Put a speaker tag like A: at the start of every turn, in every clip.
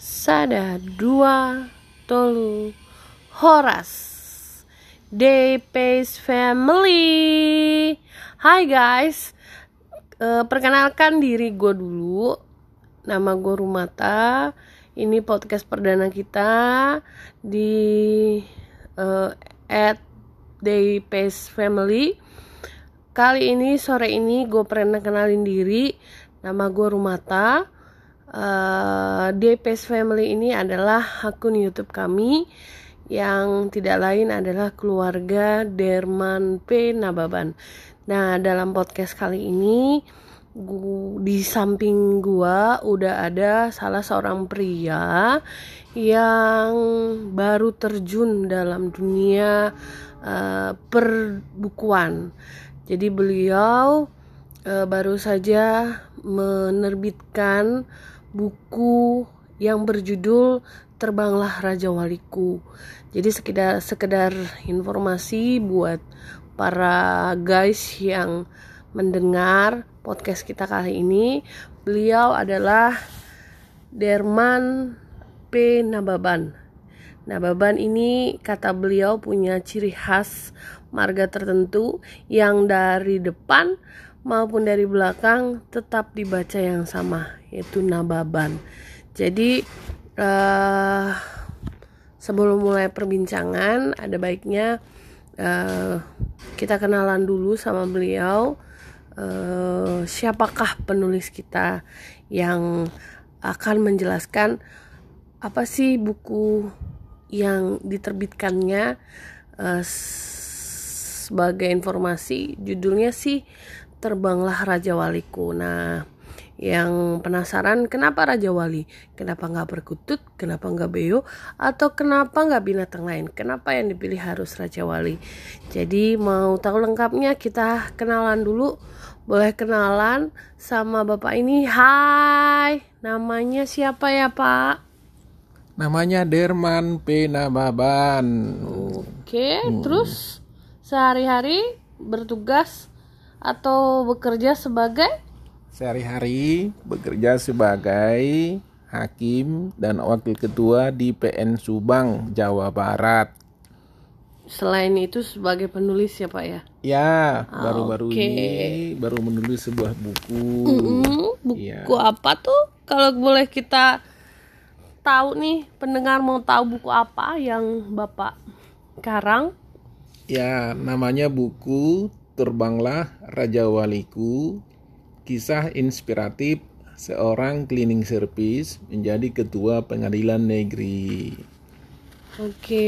A: Sada dua tolu horas DP's Family. Hai guys, perkenalkan diri gue dulu. Nama gue Rumata. Ini podcast perdana kita di at DP's Family. Kali ini sore ini gue pernah kenalin diri. Nama gue Rumata. DP's Family ini adalah akun YouTube kami yang tidak lain adalah keluarga Derman P. Nababan. Nah, dalam podcast kali ini di samping gua udah ada salah seorang pria yang baru terjun dalam dunia perbukuan. Jadi beliau baru saja menerbitkan buku yang berjudul Terbanglah Raja Waliku. Jadi sekedar informasi buat para guys yang mendengar podcast kita kali ini. Beliau adalah Derman P. Nababan. Nababan ini kata beliau punya ciri khas marga tertentu yang dari depan maupun dari belakang tetap dibaca yang sama, yaitu Nababan. Jadi sebelum mulai perbincangan ada baiknya kita kenalan dulu sama beliau. Siapakah penulis kita yang akan menjelaskan apa sih buku yang diterbitkannya. Sebagai informasi, judulnya sih Terbanglah Raja Waliku. Nah, yang penasaran kenapa Raja Wali? Kenapa nggak perkutut? Kenapa nggak beo? Atau kenapa nggak binatang lain? Kenapa yang dipilih harus Raja Wali? Jadi mau tahu lengkapnya kita kenalan dulu. Boleh kenalan sama bapak ini. Hai, namanya siapa ya Pak?
B: Namanya Derman P. Nababan.
A: Oke, terus sehari-hari bertugas atau bekerja sebagai?
B: Sehari-hari bekerja sebagai hakim dan wakil ketua di PN Subang, Jawa Barat.
A: Selain itu sebagai penulis ya Pak ya?
B: Ya, baru-baru ini baru menulis sebuah buku.
A: Buku apa tuh? Kalau boleh kita tahu nih, pendengar mau tahu buku apa yang Bapak karang?
B: Ya, namanya buku Terbanglah Raja Waliku, kisah inspiratif seorang cleaning service menjadi ketua pengadilan negeri.
A: Oke.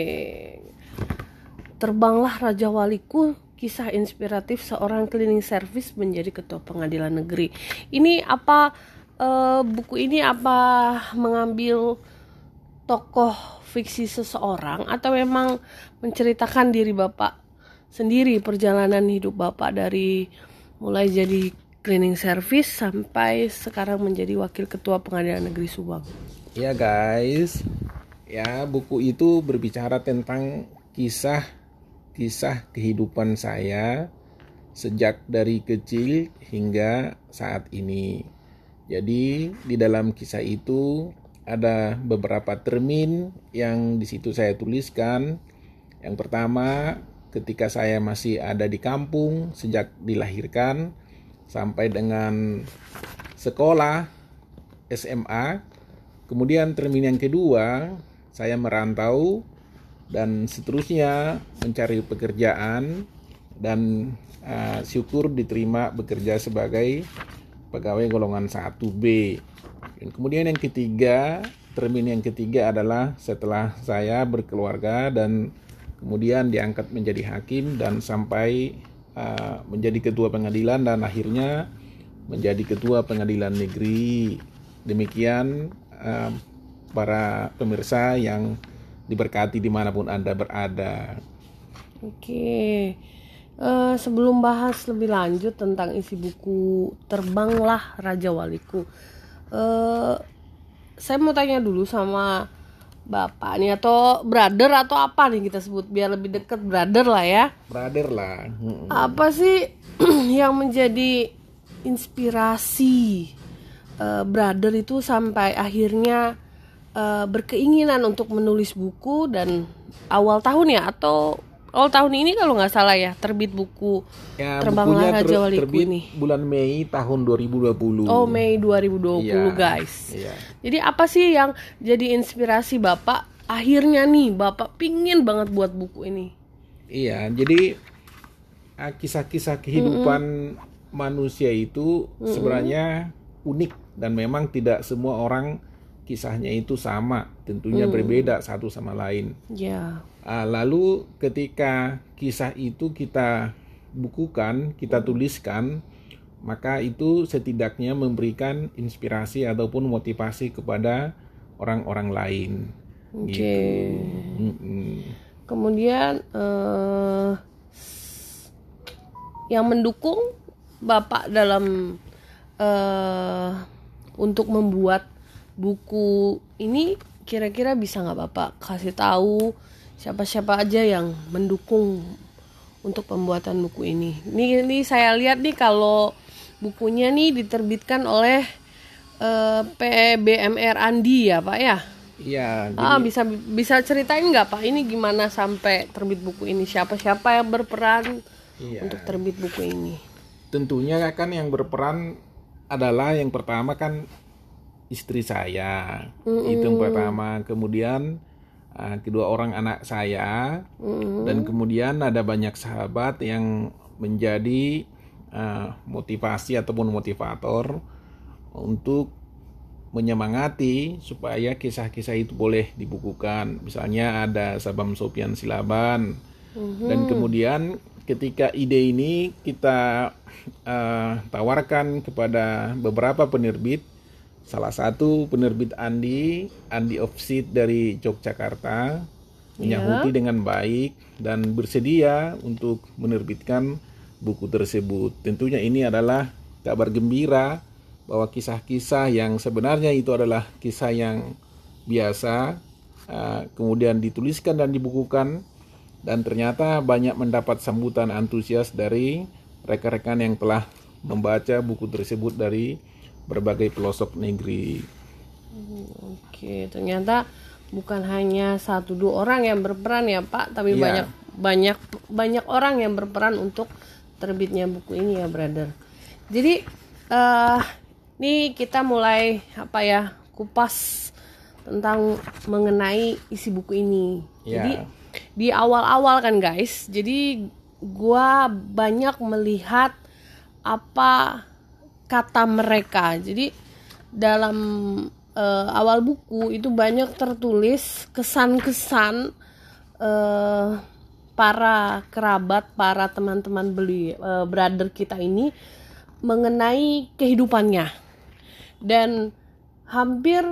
A: Terbanglah Raja Waliku, kisah inspiratif seorang cleaning service menjadi ketua pengadilan negeri. Ini apa buku ini apa mengambil tokoh fiksi seseorang atau memang menceritakan diri Bapak sendiri, perjalanan hidup Bapak dari mulai jadi cleaning service sampai sekarang menjadi wakil ketua pengadilan negeri Subang?
B: Ya guys, ya buku itu berbicara tentang kisah kehidupan saya sejak dari kecil hingga saat ini. Jadi di dalam kisah itu ada beberapa termin yang di situ saya tuliskan. Yang pertama, ketika saya masih ada di kampung sejak dilahirkan sampai dengan sekolah SMA. Kemudian termin yang kedua, saya merantau dan seterusnya mencari pekerjaan dan syukur diterima bekerja sebagai pegawai golongan 1B. Dan kemudian yang ketiga, termin yang ketiga adalah setelah saya berkeluarga dan kemudian diangkat menjadi hakim dan sampai menjadi ketua pengadilan dan akhirnya menjadi ketua pengadilan negeri. Demikian para pemirsa yang diberkati dimanapun Anda berada.
A: Oke. Sebelum bahas lebih lanjut tentang isi buku Terbanglah Raja Waliku, saya mau tanya dulu sama Bapak nih, atau brother atau apa nih kita sebut biar lebih dekat, brother lah ya.
B: Brother lah.
A: Apa sih yang menjadi inspirasi brother itu sampai akhirnya berkeinginan untuk menulis buku dan awal tahun ya, atau awal tahun ini kalau nggak salah ya terbit buku
B: Ya,
A: Terbanglah
B: bukunya
A: Raja Waliku
B: terbit
A: ini.
B: bulan Mei tahun 2020.
A: Oh, Mei 2020
B: Iya,
A: guys.
B: iya.
A: Jadi apa sih yang jadi inspirasi Bapak? Akhirnya nih Bapak pingin banget buat buku ini.
B: Iya, jadi kisah-kisah kehidupan manusia itu sebenarnya unik dan memang tidak semua orang kisahnya itu sama, tentunya berbeda satu sama lain.
A: Ya.
B: Lalu ketika kisah itu kita bukukan, kita tuliskan, maka itu setidaknya memberikan inspirasi ataupun motivasi kepada orang-orang lain.
A: Oke.
B: Gitu.
A: Kemudian yang mendukung Bapak dalam untuk membuat buku ini, kira-kira bisa nggak Bapak kasih tahu siapa-siapa aja yang mendukung untuk pembuatan buku ini? Ini saya lihat nih kalau bukunya nih diterbitkan oleh PBMR Andi ya Pak ya?
B: Iya. Jadi,
A: Bisa ceritain nggak Pak, ini gimana sampai terbit buku ini? Siapa-siapa yang berperan untuk terbit buku ini?
B: tentunya kan yang berperan adalah yang pertama kan istri saya, itu yang pertama. Kemudian kedua orang anak saya, dan kemudian ada banyak sahabat yang menjadi motivasi ataupun motivator untuk menyemangati supaya kisah-kisah itu boleh dibukukan. Misalnya ada Sabam Sopian Silaban, dan kemudian ketika ide ini kita tawarkan kepada beberapa penerbit. Salah satu penerbit Andi Offset dari Yogyakarta menyahuti dengan baik dan bersedia untuk menerbitkan buku tersebut. Tentunya ini adalah kabar gembira bahwa kisah-kisah yang sebenarnya itu adalah kisah yang biasa kemudian dituliskan dan dibukukan, dan ternyata banyak mendapat sambutan antusias dari rekan-rekan yang telah membaca buku tersebut dari berbagai pelosok negeri.
A: Oke, ternyata bukan hanya 1-2 orang yang berperan ya Pak, tapi
B: Iya.
A: banyak orang yang berperan untuk terbitnya buku ini ya, brother. Jadi nih kita mulai kupas tentang mengenai isi buku ini.
B: Iya.
A: Jadi di awal-awal kan guys, jadi gua banyak melihat apa kata mereka. Jadi dalam awal buku itu banyak tertulis kesan-kesan para kerabat, para teman-teman brother kita ini mengenai kehidupannya. Dan hampir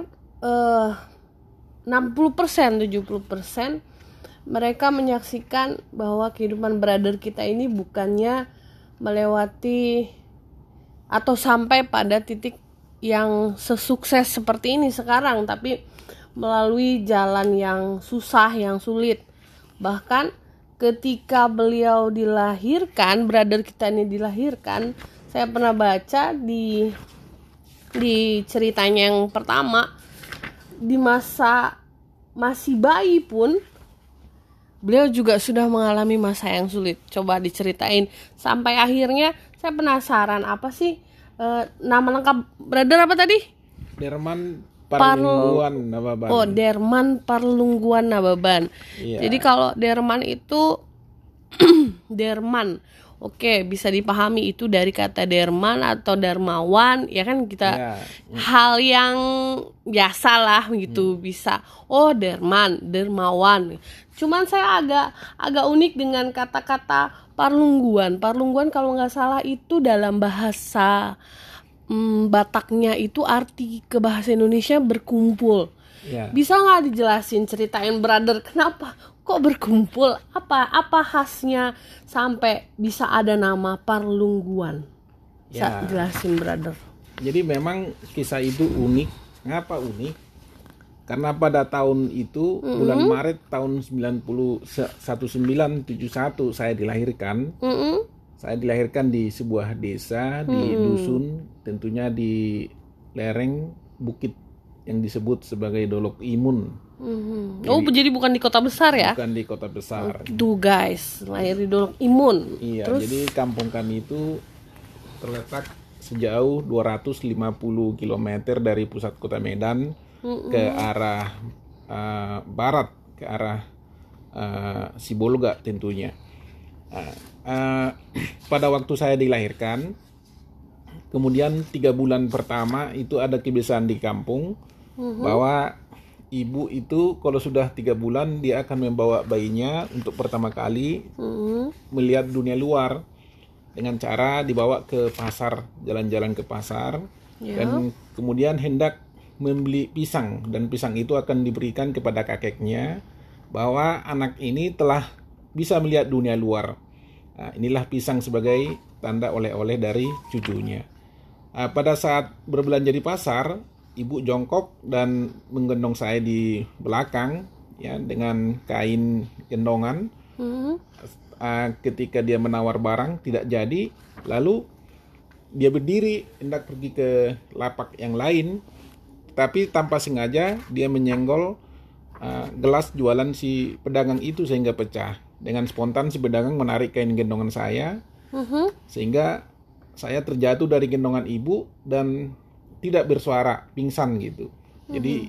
A: 60%, 70% mereka menyaksikan bahwa kehidupan brother kita ini bukannya melewati atau sampai pada titik yang sesukses seperti ini sekarang, tapi melalui jalan yang susah, yang sulit. Bahkan ketika beliau dilahirkan, brother kita ini dilahirkan, saya pernah baca di ceritanya yang pertama, di masa masih bayi pun beliau juga sudah mengalami masa yang sulit. Coba diceritain sampai akhirnya. Saya penasaran, apa sih nama lengkap brother apa tadi?
B: Derman Parlungguan Nababan.
A: Oh, Derman Parlungguan Nababan.
B: Iya.
A: Jadi kalau Derman itu Derman, oke, bisa dipahami itu dari kata Derman atau Darmawan, ya kan kita hal yang biasa lah gitu, bisa. Oh, Derman, Dermawan. Cuman saya agak unik dengan kata-kata Parlungguan. Parlungguan kalau nggak salah itu dalam bahasa Bataknya itu arti ke bahasa Indonesia berkumpul. Bisa nggak dijelasin, ceritain brother kenapa kok berkumpul? Apa khasnya sampai bisa ada nama Parlungguan? Bisa jelasin brother.
B: Jadi memang kisah itu unik. Ngapa unik? Karena pada tahun itu bulan Maret tahun 1971 saya dilahirkan. Saya dilahirkan di sebuah desa di dusun, tentunya di lereng Bukit yang disebut sebagai Dolok Imun.
A: Oh, jadi bukan di kota besar ya?
B: Bukan di kota besar.
A: Tuh guys, lahir di Dolok Imun.
B: Iya,
A: Terus?
B: jadi kampung kami itu terletak sejauh 250 km dari pusat kota Medan ke arah barat, ke arah Sibolga tentunya. Pada waktu saya dilahirkan, kemudian 3 bulan pertama itu ada kebiasaan di kampung bahwa ibu itu kalau sudah 3 bulan dia akan membawa bayinya untuk pertama kali melihat dunia luar dengan cara dibawa ke pasar, jalan-jalan ke pasar, dan kemudian hendak membeli pisang, dan pisang itu akan diberikan kepada kakeknya bahwa anak ini telah bisa melihat dunia luar. Nah, inilah pisang sebagai tanda oleh-oleh dari cucunya. Pada saat berbelanja di pasar, ibu jongkok dan menggendong saya di belakang ya dengan kain gendongan. Ketika dia menawar barang tidak jadi, lalu dia berdiri hendak pergi ke lapak yang lain, tapi tanpa sengaja dia menyenggol gelas jualan si pedagang itu sehingga pecah. Dengan spontan si pedagang menarik kain gendongan saya, sehingga saya terjatuh dari gendongan ibu dan tidak bersuara, pingsan gitu. Jadi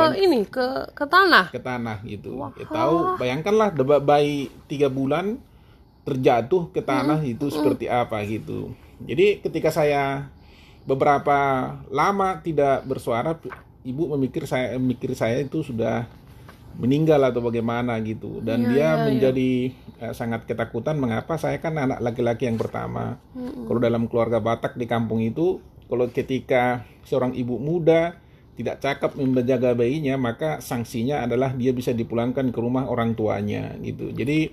A: ke tanah.
B: Ke tanah gitu. Ya, tahu, bayangkanlah bayi 3 bulan terjatuh ke tanah itu seperti apa gitu. Jadi ketika saya beberapa lama tidak bersuara, ibu memikir saya itu sudah meninggal atau bagaimana gitu, dan dia menjadi sangat ketakutan. Mengapa? Saya kan anak laki-laki yang pertama. Kalau dalam keluarga Batak di kampung itu, kalau ketika seorang ibu muda tidak cakap menjaga bayinya, maka sanksinya adalah dia bisa dipulangkan ke rumah orang tuanya gitu. Jadi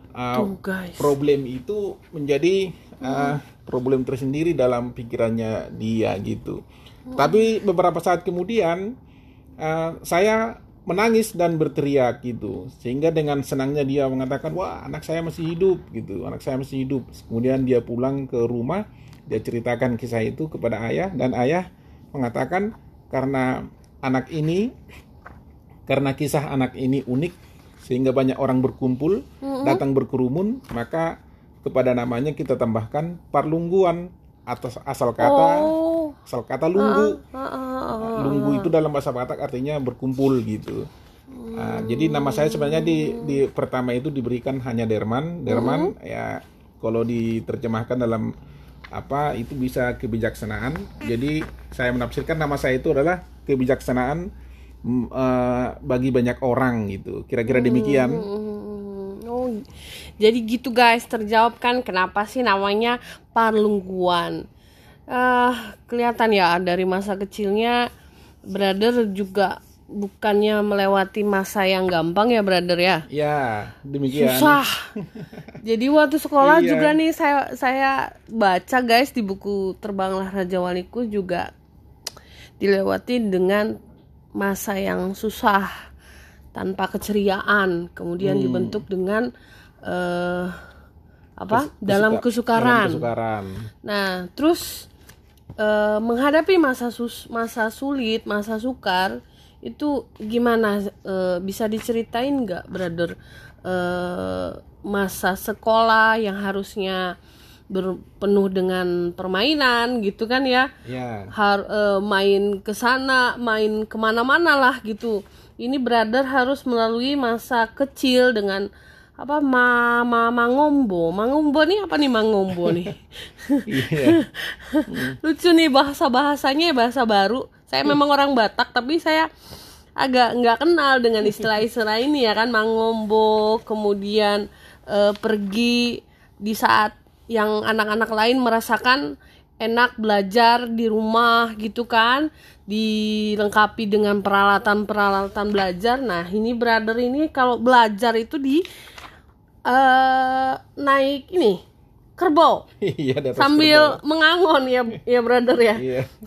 B: problem itu menjadi problem tersendiri dalam pikirannya dia gitu. Tapi beberapa saat kemudian saya menangis dan berteriak gitu, sehingga dengan senangnya dia mengatakan, wah, anak saya masih hidup gitu, anak saya masih hidup. Kemudian dia pulang ke rumah, dia ceritakan kisah itu kepada ayah, dan ayah mengatakan karena kisah anak ini unik sehingga banyak orang berkumpul, datang berkerumun, maka kepada namanya kita tambahkan Parlungguan atas asal kata lunggu. Lunggu itu dalam bahasa Batak artinya berkumpul gitu. Jadi nama saya sebenarnya di pertama itu diberikan hanya Derman. Derman ya kalau diterjemahkan dalam itu bisa kebijaksanaan. Jadi saya menafsirkan nama saya itu adalah kebijaksanaan bagi banyak orang gitu. Kira-kira demikian.
A: Jadi gitu guys, terjawab kan kenapa sih namanya Parlungguan. Kelihatan ya dari masa kecilnya brother juga bukannya melewati masa yang gampang ya brother ya.
B: Ya, demikian.
A: Susah. Jadi waktu sekolah juga nih saya baca guys di buku Terbanglah Raja Waliku juga dilewati dengan masa yang susah, tanpa keceriaan, kemudian dibentuk dengan dalam kesukaran. Nah, terus menghadapi masa sulit, masa sukar itu gimana? Bisa diceritain nggak, brother? Masa sekolah yang harusnya penuh dengan permainan gitu kan ya? Main ke sana, main kemana-mana lah gitu. Ini brother harus melalui masa kecil dengan mangombo. Mangombo nih apa nih mangombo nih? Lucu nih bahasanya, bahasa baru. Saya memang orang Batak tapi saya agak nggak kenal dengan istilah-istilah ini ya kan. Mangombo, kemudian pergi di saat yang anak-anak lain merasakan enak belajar di rumah gitu kan, dilengkapi dengan peralatan belajar. Nah ini brother ini kalau belajar itu di naik ini kerbau sambil kerbau. Mengangon ya brother ya.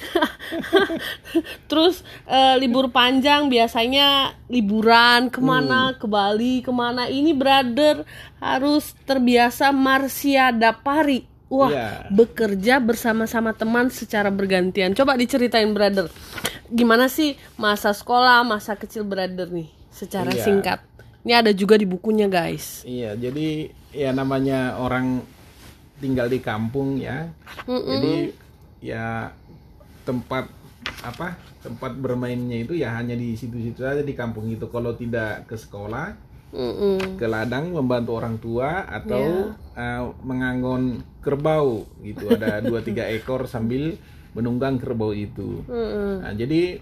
A: Terus libur panjang biasanya liburan kemana, ke Bali kemana. Ini brother harus terbiasa Marsiada Pari. Wah,
B: Iya.
A: bekerja bersama-sama teman secara bergantian. Coba diceritain, brother. Gimana sih masa sekolah, masa kecil brother nih, secara
B: Iya.
A: singkat. Ini ada juga di bukunya, guys.
B: Iya, jadi ya namanya orang tinggal di kampung ya. Jadi ya tempat tempat bermainnya itu ya hanya di situ-situ saja di kampung itu. Kalau tidak ke sekolah, ke ladang membantu orang tua atau menganggon kerbau gitu. Ada 2-3 ekor sambil menunggang kerbau itu. Nah, jadi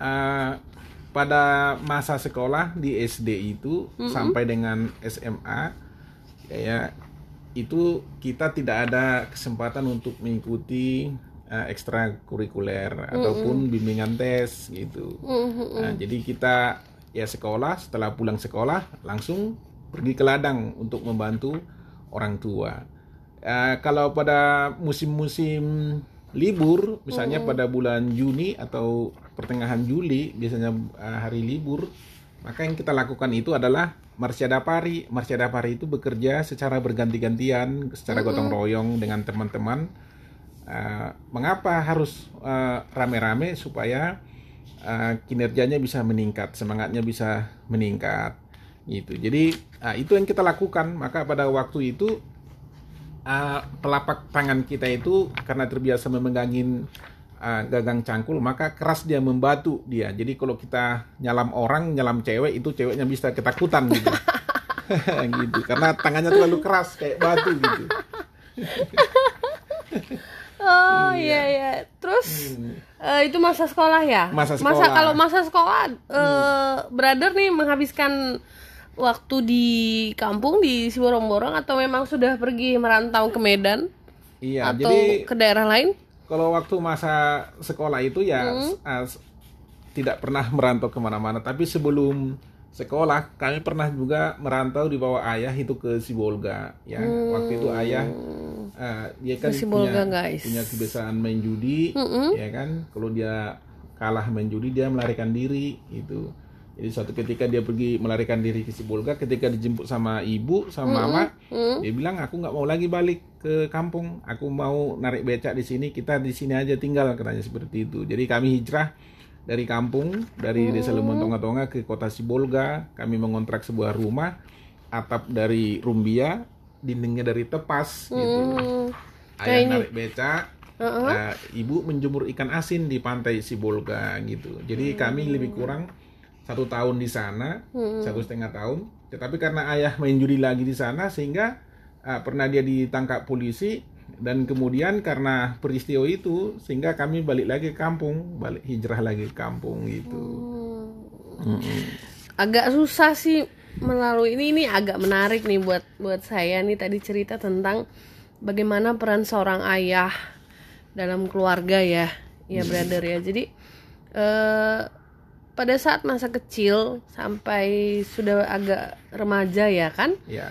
B: pada masa sekolah di SD itu sampai dengan SMA ya itu kita tidak ada kesempatan untuk mengikuti ekstrakurikuler ataupun bimbingan tes gitu. Nah, jadi kita ya sekolah, setelah pulang sekolah langsung pergi ke ladang untuk membantu orang tua. Kalau pada musim-musim libur, misalnya pada bulan Juni atau pertengahan Juli, biasanya hari libur, maka yang kita lakukan itu adalah Marsyada Pari. Marsyada Pari itu bekerja secara berganti-gantian, secara gotong royong dengan teman-teman. Mengapa harus rame-rame? Supaya kinerjanya bisa meningkat, semangatnya bisa meningkat gitu. Jadi itu yang kita lakukan. Maka pada waktu itu telapak tangan kita itu karena terbiasa memegangin gagang cangkul, maka keras dia membatu dia. Jadi kalau kita nyalam orang, nyalam cewek, itu ceweknya bisa ketakutan gitu. Gitu. Karena tangannya terlalu keras kayak batu gitu.
A: Oh iya. Terus itu masa sekolah ya?
B: Masa sekolah.
A: Kalau masa sekolah brother nih menghabiskan waktu di kampung di Siborong-Borong atau memang sudah pergi merantau ke Medan?
B: Iya,
A: atau
B: jadi
A: ke daerah lain?
B: Kalau waktu masa sekolah itu ya tidak pernah merantau kemana-mana. Tapi sebelum sekolah kami pernah juga merantau di bawah ayah itu ke Sibolga. Ya, waktu itu ayah dia kan
A: Sibolga,
B: punya kebiasaan main judi, ya kan. Kalau dia kalah main judi dia melarikan diri itu. Jadi suatu ketika dia pergi melarikan diri ke Sibolga, ketika dijemput sama ibu, sama mama, dia bilang aku nggak mau lagi balik ke kampung, aku mau narik becak di sini, kita di sini aja tinggal, katanya seperti itu. Jadi kami hijrah dari kampung, dari desa Lemon Tonga-Tonga ke kota Sibolga. Kami mengontrak sebuah rumah, atap dari rumbia, dindingnya dari tepas, gitu. Ayah narik becak, ibu menjemur ikan asin di pantai Sibolga, gitu. Jadi kami lebih kurang 1 tahun di sana, 1,5 tahun. Tetapi karena ayah main judi lagi di sana, sehingga pernah dia ditangkap polisi, dan kemudian karena peristiwa itu, sehingga kami balik lagi ke kampung, hijrah lagi ke kampung gitu.
A: Agak susah sih melalui ini agak menarik nih buat saya nih, tadi cerita tentang bagaimana peran seorang ayah dalam keluarga ya brother ya. Jadi pada saat masa kecil sampai sudah agak remaja ya kan?
B: Ya.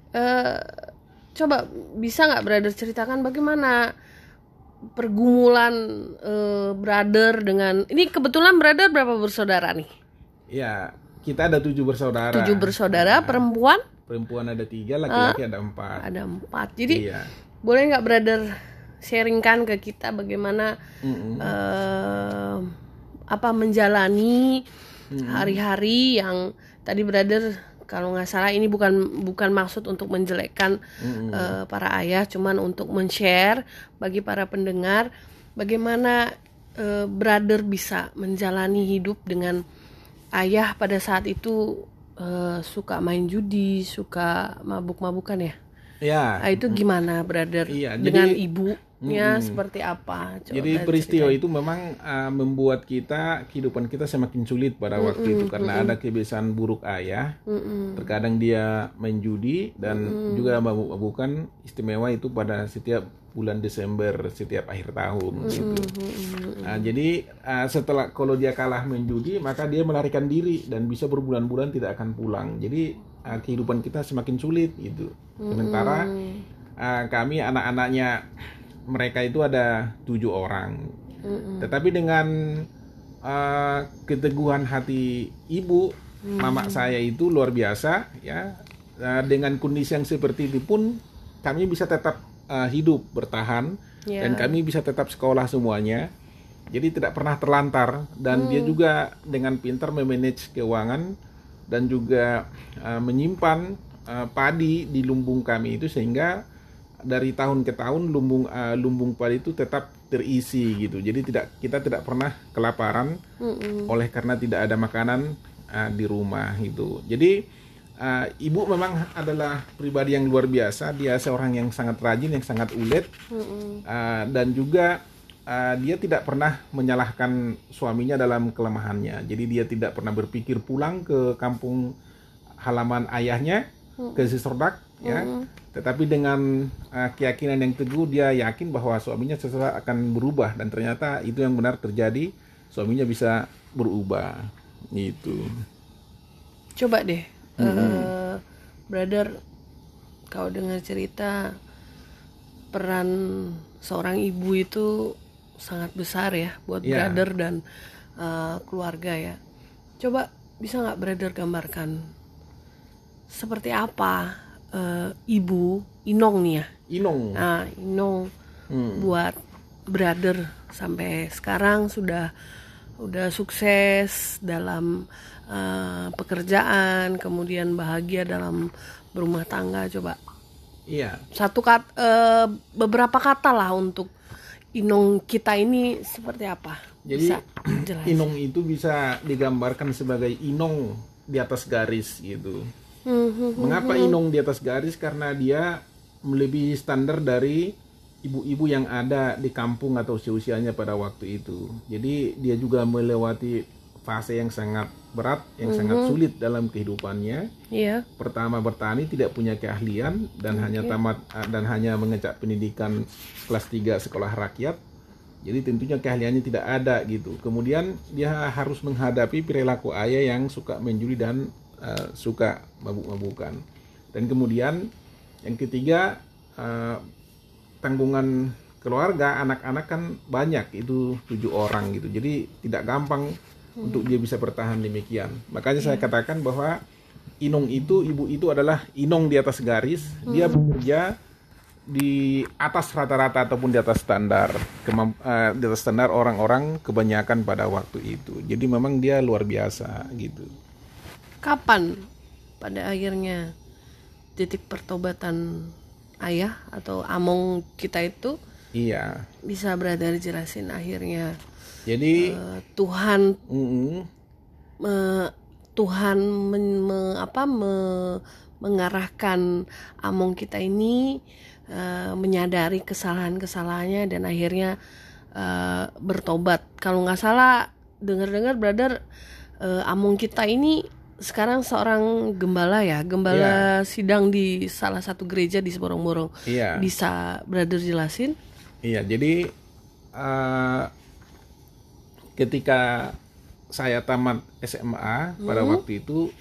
A: Coba bisa nggak brother ceritakan bagaimana pergumulan brother dengan ini, kebetulan brother berapa bersaudara nih?
B: Ya, kita ada 7 bersaudara.
A: 7 bersaudara, perempuan?
B: Perempuan ada 3, laki-laki ada 4.
A: Ada 4. Jadi boleh nggak brother sharingkan ke kita bagaimana menjalani hari-hari yang tadi brother, kalau nggak salah ini bukan maksud untuk menjelekkan para ayah, cuman untuk men-share bagi para pendengar bagaimana brother bisa menjalani hidup dengan ayah pada saat itu suka main judi, suka mabuk-mabukan ya.
B: Ya.
A: Nah, itu gimana brother?
B: Iya,
A: dengan ibunya seperti apa? Coba
B: jadi peristiwa itu memang membuat kehidupan kita semakin sulit pada waktu itu karena ada kebiasaan buruk ayah. Terkadang dia main judi dan juga mabuk-mabukan, istimewa itu pada setiap bulan Desember setiap akhir tahun gitu. Nah, jadi setelah kalau dia kalah main judi, maka dia melarikan diri dan bisa berbulan-bulan tidak akan pulang. Jadi kehidupan kita semakin sulit gitu. Sementara kami anak-anaknya mereka itu ada 7 orang. Tetapi dengan keteguhan hati ibu, mama saya itu luar biasa ya. Dengan kondisi yang seperti itu pun kami bisa tetap hidup bertahan, dan kami bisa tetap sekolah semuanya. Jadi tidak pernah terlantar, dan dia juga dengan pintar memanage keuangan dan juga menyimpan padi di lumbung kami itu, sehingga dari tahun ke tahun lumbung padi itu tetap terisi gitu. Jadi kita tidak pernah kelaparan oleh karena tidak ada makanan di rumah itu. Jadi ibu memang adalah pribadi yang luar biasa. Dia seorang yang sangat rajin, yang sangat ulet, dan juga dia tidak pernah menyalahkan suaminya dalam kelemahannya. Jadi dia tidak pernah berpikir pulang ke kampung halaman ayahnya, ke Sisordak, ya. Tetapi dengan keyakinan yang teguh, dia yakin bahwa suaminya sesuatu akan berubah, dan ternyata itu yang benar terjadi. Suaminya bisa berubah, gitu.
A: Coba deh, brother, kau dengar cerita peran seorang ibu itu sangat besar ya buat brother dan keluarga ya. Coba bisa nggak brother gambarkan seperti apa ibu Inong nih ya? Inong buat brother sampai sekarang sudah sukses dalam pekerjaan, kemudian bahagia dalam berumah tangga. Coba beberapa kata lah untuk Inong kita ini seperti apa?
B: Jadi Inong itu bisa digambarkan sebagai Inong di atas garis gitu. Mengapa Inong di atas garis? Karena dia melebihi standar dari ibu-ibu yang ada di kampung atau seusianya pada waktu itu. Jadi dia juga melewati fase yang sangat berat, yang sangat sulit dalam kehidupannya. Pertama bertani, tidak punya keahlian, dan hanya mengecap pendidikan kelas 3 sekolah rakyat. Jadi tentunya keahliannya tidak ada gitu. Kemudian dia harus menghadapi perilaku ayah yang suka menjudi dan suka mabuk-mabukan. Dan kemudian yang ketiga, tanggungan keluarga, anak-anak kan banyak, itu 7 orang gitu. Jadi tidak gampang untuk dia bisa bertahan demikian. Makanya saya katakan bahwa Inong itu, ibu itu adalah Inong di atas garis. Dia bekerja di atas rata-rata ataupun di atas standar orang-orang kebanyakan pada waktu itu. Jadi memang dia luar biasa gitu.
A: Kapan pada akhirnya titik pertobatan ayah atau among kita itu? Bisa brother jelasin akhirnya. Jadi Tuhan mengarahkan among kita ini menyadari kesalahan-kesalahannya dan akhirnya bertobat. Kalau nggak salah dengar-dengar brother, among kita ini sekarang seorang gembala sidang di salah satu gereja di Seborong-Borong. Bisa brother jelasin?
B: Jadi ketika saya tamat SMA pada waktu itu,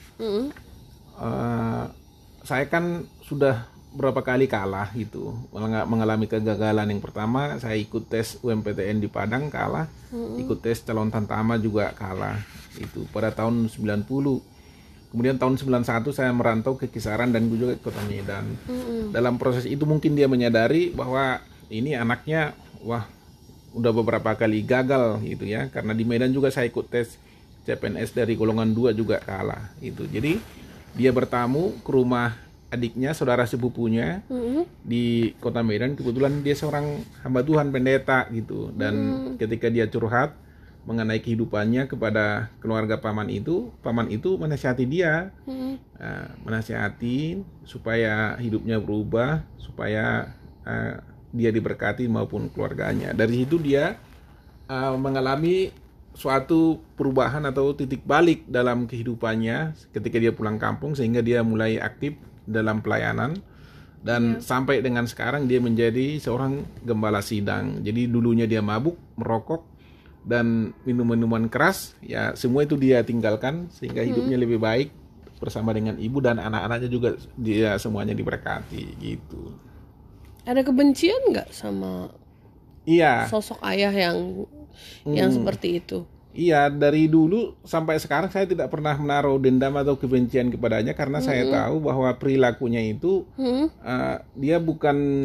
B: saya kan sudah berapa kali kalah gitu, mengalami kegagalan. Yang pertama saya ikut tes UMPTN di Padang, kalah. Ikut tes calon tantama juga kalah itu pada tahun 90. Kemudian tahun 91 saya merantau ke Kisaran dan juga ke Kota Medan. Dalam proses itu mungkin dia menyadari bahwa ini anaknya udah beberapa kali gagal gitu ya, karena di Medan juga saya ikut tes CPNS dari golongan 2 juga kalah itu. Jadi dia bertamu ke rumah adiknya, saudara sepupunya di Kota Medan. Kebetulan dia seorang hamba Tuhan, pendeta gitu, dan ketika dia curhat mengenai kehidupannya kepada keluarga paman itu menasihati dia, menasihati supaya hidupnya berubah, supaya dia diberkati maupun keluarganya. Dari situ dia mengalami suatu perubahan atau titik balik dalam kehidupannya ketika dia pulang kampung, sehingga dia mulai aktif dalam pelayanan dan sampai dengan sekarang dia menjadi seorang gembala sidang. Jadi dulunya dia mabuk, merokok dan minum-minuman keras, ya semua itu dia tinggalkan sehingga hidupnya lebih baik bersama dengan ibu dan anak-anaknya juga, dia semuanya diberkati gitu.
A: Ada kebencian nggak sama sosok ayah yang seperti itu?
B: Iya, dari dulu sampai sekarang saya tidak pernah menaruh dendam atau kebencian kepadanya, karena saya tahu bahwa perilakunya itu dia bukan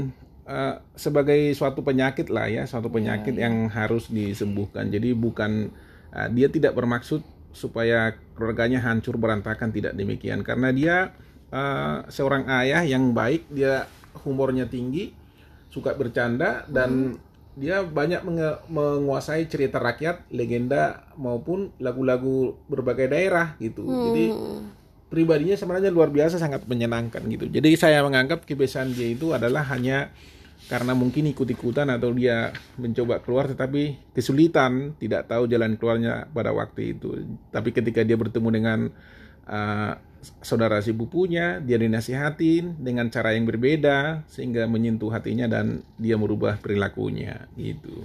B: sebagai suatu penyakit lah ya, suatu penyakit yang harus disembuhkan. Jadi bukan dia tidak bermaksud supaya keluarganya hancur berantakan, tidak demikian. Karena dia seorang ayah yang baik, dia humornya tinggi, suka bercanda, dan dia banyak menguasai cerita rakyat, legenda maupun lagu-lagu berbagai daerah gitu. Jadi pribadinya sebenarnya luar biasa, sangat menyenangkan gitu. Jadi saya menganggap kebiasaan dia itu adalah hanya karena mungkin ikut-ikutan atau dia mencoba keluar tetapi kesulitan, tidak tahu jalan keluarnya pada waktu itu. Tapi ketika dia bertemu dengan saudara sepupunya, dia dinasihatin dengan cara yang berbeda sehingga menyentuh hatinya dan dia merubah perilakunya gitu.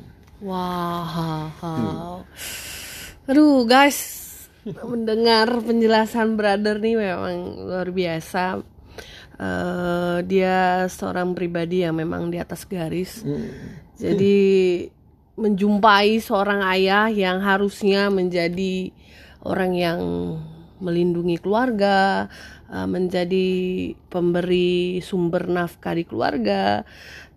A: Wow. Aduh guys, mendengar penjelasan brother nih memang luar biasa. Dia seorang pribadi yang memang di atas garis. Jadi menjumpai seorang ayah yang harusnya menjadi orang yang melindungi keluarga, menjadi pemberi sumber nafkah di keluarga,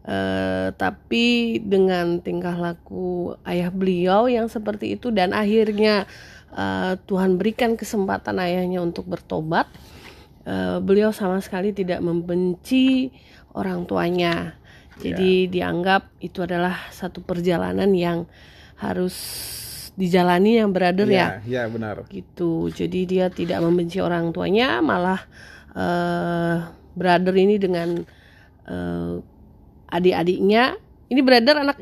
A: tapi dengan tingkah laku ayah beliau yang seperti itu, dan akhirnya Tuhan berikan kesempatan ayahnya untuk bertobat. Beliau sama sekali tidak membenci orang tuanya. Jadi dianggap itu adalah satu perjalanan yang harus dijalani yang brother ya.
B: Iya, benar.
A: Gitu. Jadi dia tidak membenci orang tuanya, malah brother ini dengan adik-adiknya. Ini brother anak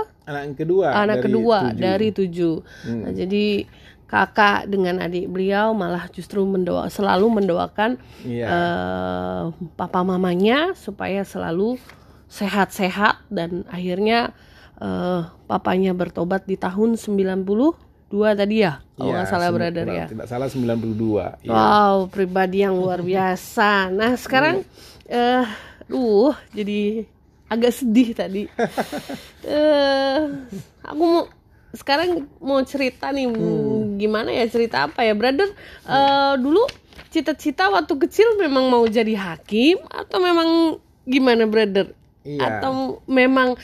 A: kedua dari 7. Nah, jadi kakak dengan adik beliau malah justru selalu mendoakan papa mamanya supaya selalu sehat-sehat, dan akhirnya papanya bertobat di tahun 92 tadi ya, kalau nggak salah brother ya.
B: Tidak salah 92.
A: Wow, pribadi yang luar biasa. Nah sekarang jadi agak sedih tadi. Aku sekarang mau cerita nih, gimana ya, cerita apa ya brother? Dulu cita-cita waktu kecil memang mau jadi hakim atau memang gimana brother? Atau memang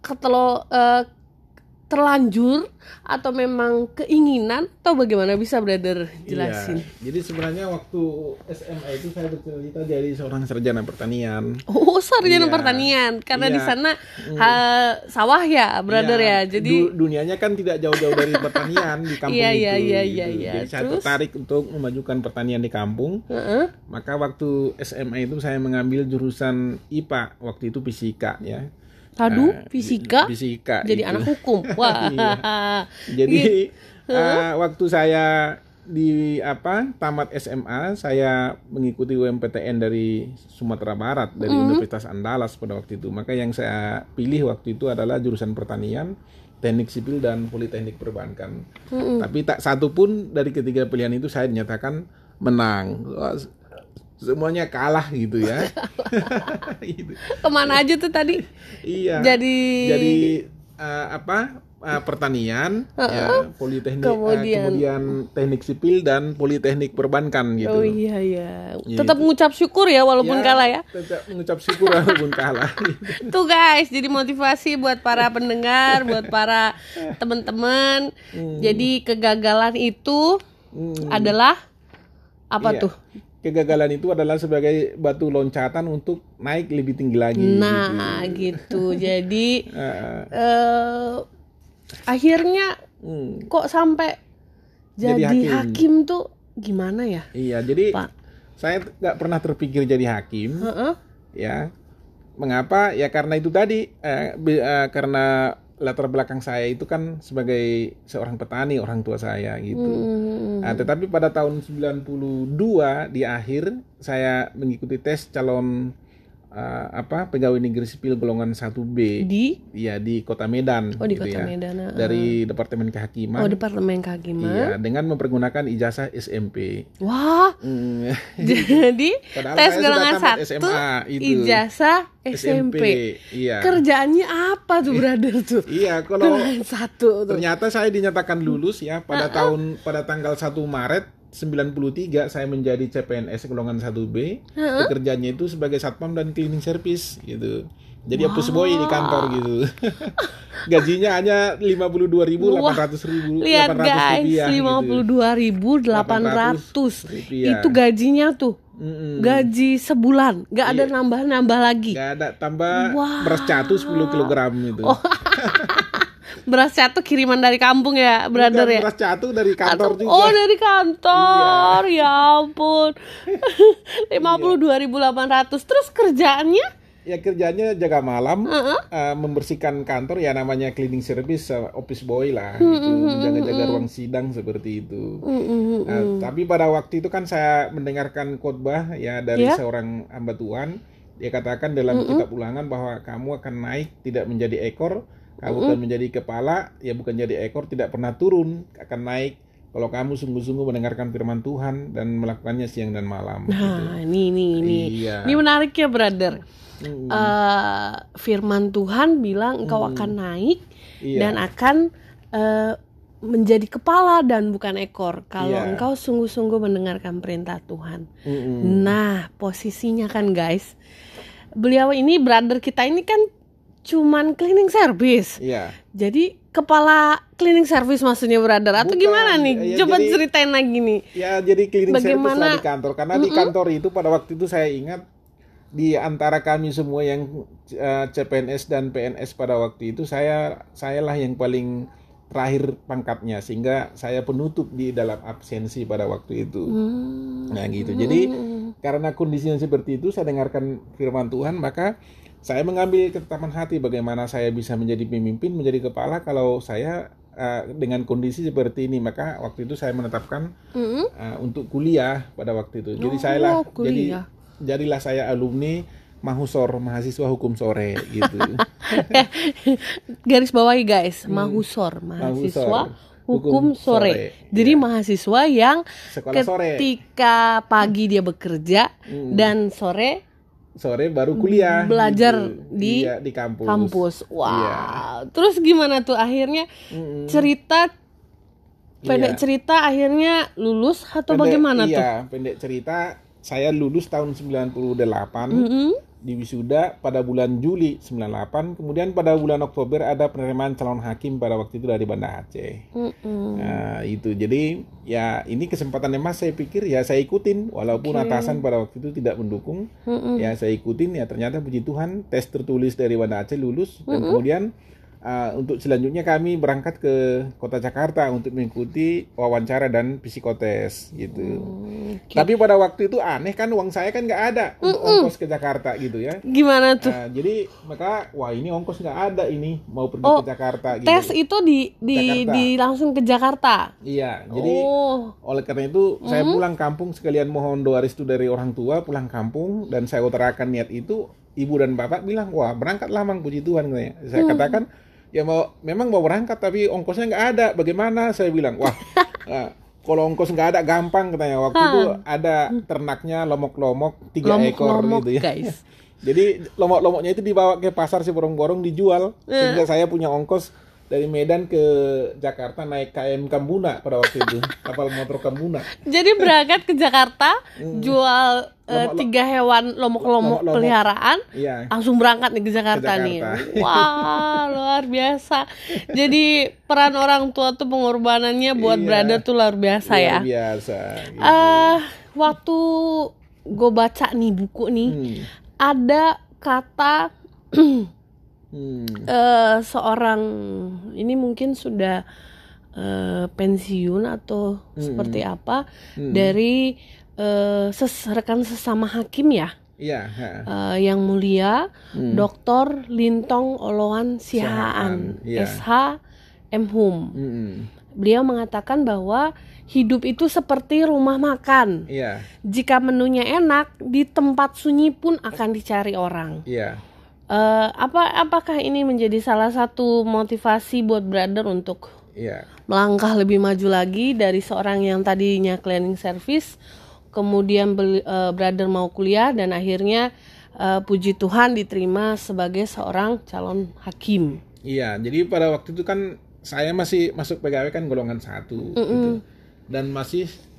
A: terlanjur atau memang keinginan, atau bagaimana, bisa brother jelasin?
B: Jadi sebenarnya waktu SMA itu saya bercita-cita jadi seorang sarjana pertanian.
A: Oh, sarjana pertanian, karena di sana sawah ya brother ya. Jadi
B: dunianya kan tidak jauh-jauh dari pertanian di kampung itu. Jadi saya tertarik untuk memajukan pertanian di kampung. Maka waktu SMA itu saya mengambil jurusan IPA, waktu itu fisika ya.
A: Fisika jadi
B: itu.
A: Anak hukum. Wah.
B: Jadi waktu saya tamat SMA, saya mengikuti UMPTN dari Sumatera Barat, dari Universitas Andalas pada waktu itu. Maka yang saya pilih waktu itu adalah jurusan pertanian, teknik sipil, dan politeknik perbankan. Tapi tak satu pun dari ketiga pilihan itu saya dinyatakan menang. Semuanya kalah gitu ya. Gitu.
A: Kemana aja tuh tadi?
B: Iya. Jadi pertanian, ya, politeknik, kemudian teknik sipil dan politeknik perbankan gitu.
A: Oh iya. Tetap mengucap syukur ya walaupun kalah ya.
B: Tetap mengucap syukur walaupun kalah.
A: Tuh guys, jadi motivasi buat para pendengar, buat para teman-teman. Jadi kegagalan itu adalah apa tuh?
B: Kegagalan itu adalah sebagai batu loncatan untuk naik lebih tinggi lagi.
A: Nah, gitu. Jadi akhirnya kok sampai jadi hakim tuh gimana ya?
B: Iya, jadi saya nggak pernah terpikir jadi hakim. Ya, mengapa? Ya karena itu tadi, karena latar belakang saya itu kan sebagai seorang petani, orang tua saya gitu. Nah, tetapi pada tahun 92 di akhir saya mengikuti tes calon pegawai negeri sipil golongan 1B di Kota Medan.
A: Di Kota Medan.
B: Dari Departemen Kehakiman.
A: Departemen Kehakiman.
B: Iya, dengan mempergunakan ijazah SMP.
A: Wah. Jadi tes golongan 1 ijazah SMP.
B: Iya.
A: Kerjaannya apa tuh brother tuh?
B: Iya, kalau
A: golongan 1 tuh.
B: Ternyata saya dinyatakan lulus ya pada tanggal 1 Maret 93 saya menjadi CPNS golongan 1B. Pekerjaannya itu sebagai satpam dan cleaning service gitu. Jadi office boy di kantor gitu. Gajinya hanya 52.800 ribu.
A: Lihat guys, 52.800 itu gajinya tuh. Gaji sebulan, nggak ada nambah-nambah lagi.
B: Nggak ada tambah beras catu 10 kilogram itu.
A: Beras catu kiriman dari kampung ya, brother.
B: Bukan,
A: ya?
B: Beras catu dari kantor juga.
A: Oh, dari kantor. Ya ampun. 52.800. Terus kerjaannya?
B: Ya kerjanya jaga malam, membersihkan kantor, ya namanya cleaning service, office boy lah, gitu, menjaga-jaga ruang sidang seperti itu. Tapi pada waktu itu kan saya mendengarkan khotbah ya dari seorang hamba Tuhan. Dia katakan dalam kitab Ulangan bahwa kamu akan naik, tidak menjadi ekor, kamu akan menjadi kepala, ya bukan jadi ekor, tidak pernah turun, akan naik. Kalau kamu sungguh-sungguh mendengarkan firman Tuhan dan melakukannya siang dan malam.
A: Nah,
B: gitu.
A: Ini menarik ya, brother. Firman Tuhan bilang engkau akan naik dan akan menjadi kepala dan bukan ekor kalau engkau sungguh-sungguh mendengarkan perintah Tuhan. Nah, posisinya kan guys, beliau ini, brother kita ini kan cuman cleaning service. Jadi kepala cleaning service maksudnya, brother, atau bukan, gimana nih? Coba jadi, ceritain lagi nih.
B: Ya, jadi cleaning service lah di kantor. Karena di kantor itu pada waktu itu saya ingat, di antara kami semua yang CPNS dan PNS pada waktu itu, sayalah yang paling terakhir pangkatnya, sehingga saya penutup di dalam absensi pada waktu itu. Nah gitu. Jadi karena kondisinya seperti itu, saya dengarkan firman Tuhan, maka saya mengambil ketetapan hati bagaimana saya bisa menjadi pemimpin, menjadi kepala kalau saya dengan kondisi seperti ini. Maka waktu itu saya menetapkan untuk kuliah pada waktu itu. Jadi jadilah saya alumni Mahusor, mahasiswa hukum sore gitu.
A: Garis bawahi guys, Mahusor, mahasiswa hukum sore. Jadi mahasiswa yang
B: sekolah
A: ketika pagi dia bekerja dan sore
B: baru kuliah,
A: belajar
B: gitu. Di kampus.
A: Wow. Terus gimana tuh akhirnya pendek cerita akhirnya lulus atau bagaimana tuh?
B: Iya, pendek cerita, saya lulus tahun 98, di wisuda pada bulan Juli 98, kemudian pada bulan Oktober ada penerimaan calon hakim pada waktu itu dari Banda Aceh. Nah, itu. Jadi ya ini kesempatannya Mas, saya pikir ya saya ikutin, walaupun atasan pada waktu itu tidak mendukung. Ya saya ikutin, ya ternyata puji Tuhan tes tertulis dari Banda Aceh lulus, dan kemudian untuk selanjutnya kami berangkat ke kota Jakarta untuk mengikuti wawancara dan psikotes gitu. Tapi pada waktu itu aneh kan, uang saya kan nggak ada untuk ongkos ke Jakarta gitu ya.
A: Gimana tuh?
B: Jadi maka ini ongkos nggak ada, ini mau pergi ke Jakarta gitu.
A: Tes itu di langsung ke Jakarta.
B: Iya. Jadi oleh karena itu saya pulang kampung, sekalian mohon doa restu dari orang tua, pulang kampung, dan saya utarakan niat itu. Ibu dan bapak bilang, wah berangkatlah Mang, puji Tuhan. Saya katakan, ya memang mau berangkat tapi ongkosnya nggak ada, bagaimana? Saya bilang, wah kalau ongkos nggak ada gampang katanya. Waktu itu ada ternaknya lomok-lomok 3 ekor gitu ya. Guys. Jadi lomok-lomoknya itu dibawa ke pasar si borong-borong dijual, sehingga saya punya ongkos dari Medan ke Jakarta naik KM Kambuna pada waktu itu, kapal motor Kambuna.
A: Jadi berangkat ke Jakarta, jual 3 hewan lomok-lomok peliharaan, langsung berangkat nih ke Jakarta nih. Wah, luar biasa. Jadi peran orang tua tuh pengorbanannya buat brother tuh luar biasa ya.
B: Luar biasa. Gitu.
A: Waktu gue baca nih buku nih, ada kata seorang ini mungkin sudah pensiun atau seperti apa dari rekan sesama hakim ya, yang mulia Dr. Lintong Oloan Sihaan, SH MHum. Beliau mengatakan bahwa hidup itu seperti rumah makan. Jika menunya enak, di tempat sunyi pun akan dicari orang. Apakah ini menjadi salah satu motivasi buat brother untuk melangkah lebih maju lagi dari seorang yang tadinya cleaning service, kemudian brother mau kuliah dan akhirnya puji Tuhan diterima sebagai seorang calon hakim.
B: Iya, jadi pada waktu itu kan saya masih masuk pegawai kan golongan 1 gitu. Dan masih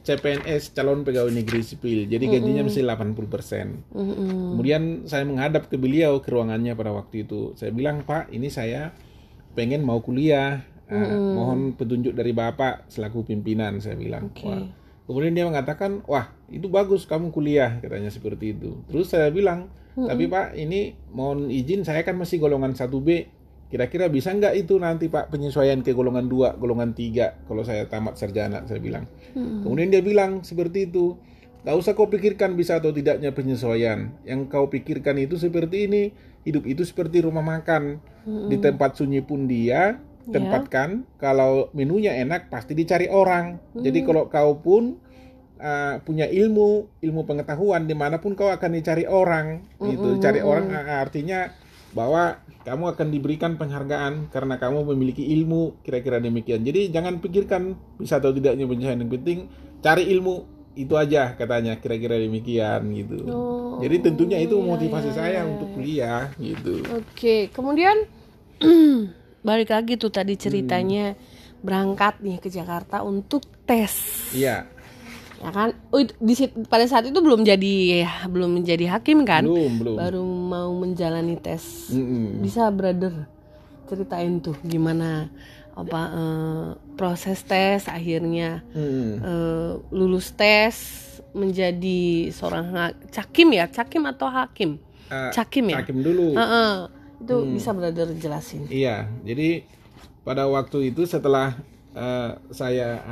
B: CPNS, calon pegawai negeri sipil. Jadi gajinya mesti 80%. Kemudian saya menghadap ke beliau ke ruangannya pada waktu itu. Saya bilang, "Pak, ini saya pengen mau kuliah. Mohon petunjuk dari Bapak selaku pimpinan," saya bilang. Wah. Kemudian dia mengatakan, "Wah, itu bagus kamu kuliah," katanya seperti itu. Terus saya bilang, "Tapi Pak, ini mohon izin saya kan masih golongan 1B. Kira-kira bisa nggak itu nanti Pak penyesuaian ke golongan 2, golongan 3 kalau saya tamat sarjana," saya bilang. Kemudian dia bilang seperti itu, "Gak usah kau pikirkan bisa atau tidaknya penyesuaian. Yang kau pikirkan itu seperti ini, hidup itu seperti rumah makan. Di tempat sunyi pun dia tempatkan, kalau menunya enak pasti dicari orang. Jadi kalau kau pun punya ilmu pengetahuan, dimanapun kau akan dicari orang. Gitu. Dicari orang artinya bahwa kamu akan diberikan penghargaan karena kamu memiliki ilmu, kira-kira demikian. Jadi jangan pikirkan bisa atau tidaknya penyesuaian, yang penting cari ilmu, itu aja," katanya, kira-kira demikian gitu. Jadi tentunya itu motivasi saya untuk kuliah gitu.
A: Oke, kemudian balik lagi tuh tadi ceritanya berangkat nih ke Jakarta untuk tes.
B: Iya.
A: Ya kan? Pada saat itu belum menjadi hakim kan?
B: Belum.
A: Baru mau menjalani tes. Bisa brother ceritain tuh gimana proses tes akhirnya lulus tes menjadi seorang cakim atau hakim? Cakim ya?
B: Hakim dulu.
A: Itu bisa brother jelasin.
B: Iya, jadi pada waktu itu setelah saya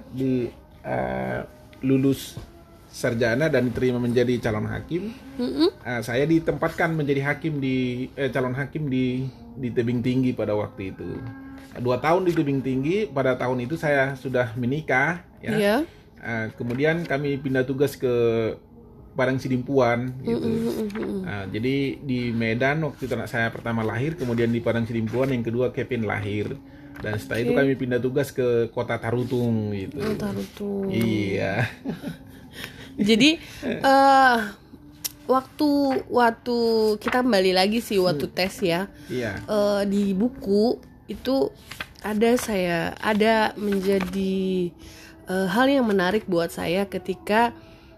B: lulus sarjana dan diterima menjadi calon hakim, saya ditempatkan menjadi calon hakim di Tebing Tinggi pada waktu itu. 2 tahun di Tebing Tinggi. Pada tahun itu saya sudah menikah, ya. Yeah. Kemudian kami pindah tugas ke Padang Sidimpuan, gitu. Jadi di Medan waktu itu anak saya pertama lahir, kemudian di Padang Sidimpuan yang kedua Kevin lahir. Dan setelah itu kami pindah tugas ke kota Tarutung gitu.
A: Tarutung.
B: Iya.
A: Jadi waktu kita kembali lagi sih waktu tes ya.
B: Iya.
A: Di buku itu ada menjadi hal yang menarik buat saya ketika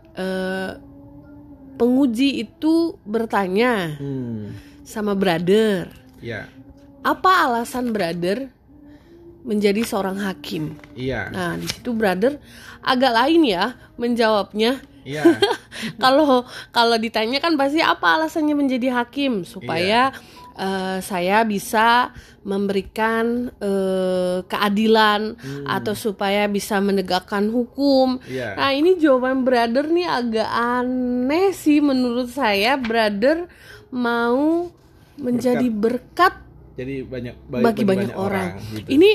A: penguji itu bertanya sama brother.
B: Iya.
A: Apa alasan brother menjadi seorang hakim?
B: Iya.
A: Nah, di situ brother agak lain ya menjawabnya.
B: Iya.
A: Kalau ditanya kan pasti apa alasannya menjadi hakim, supaya saya bisa memberikan keadilan atau supaya bisa menegakkan hukum. Nah, ini jawaban brother nih agak aneh sih menurut saya. Brother mau menjadi berkat
B: jadi
A: bagi banyak orang.
B: Gitu.
A: Ini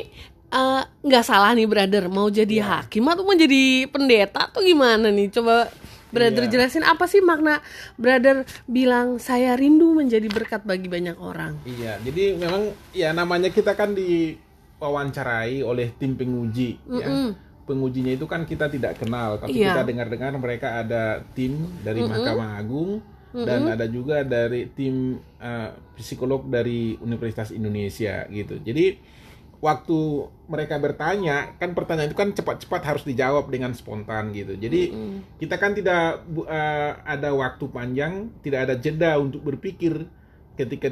A: nggak salah nih brother, mau jadi hakim atau mau jadi pendeta atau gimana nih? Coba brother jelasin apa sih makna brother bilang saya rindu menjadi berkat bagi banyak orang.
B: Iya, jadi memang ya namanya kita kan diwawancarai oleh tim penguji. Ya. Pengujinya itu kan kita tidak kenal, tapi kita dengar-dengar mereka ada tim dari Mahkamah Agung. Dan ada juga dari tim psikolog dari Universitas Indonesia gitu. Jadi waktu mereka bertanya, kan pertanyaan itu kan cepat-cepat harus dijawab dengan spontan gitu. Jadi kita kan tidak ada waktu panjang, tidak ada jeda untuk berpikir ketika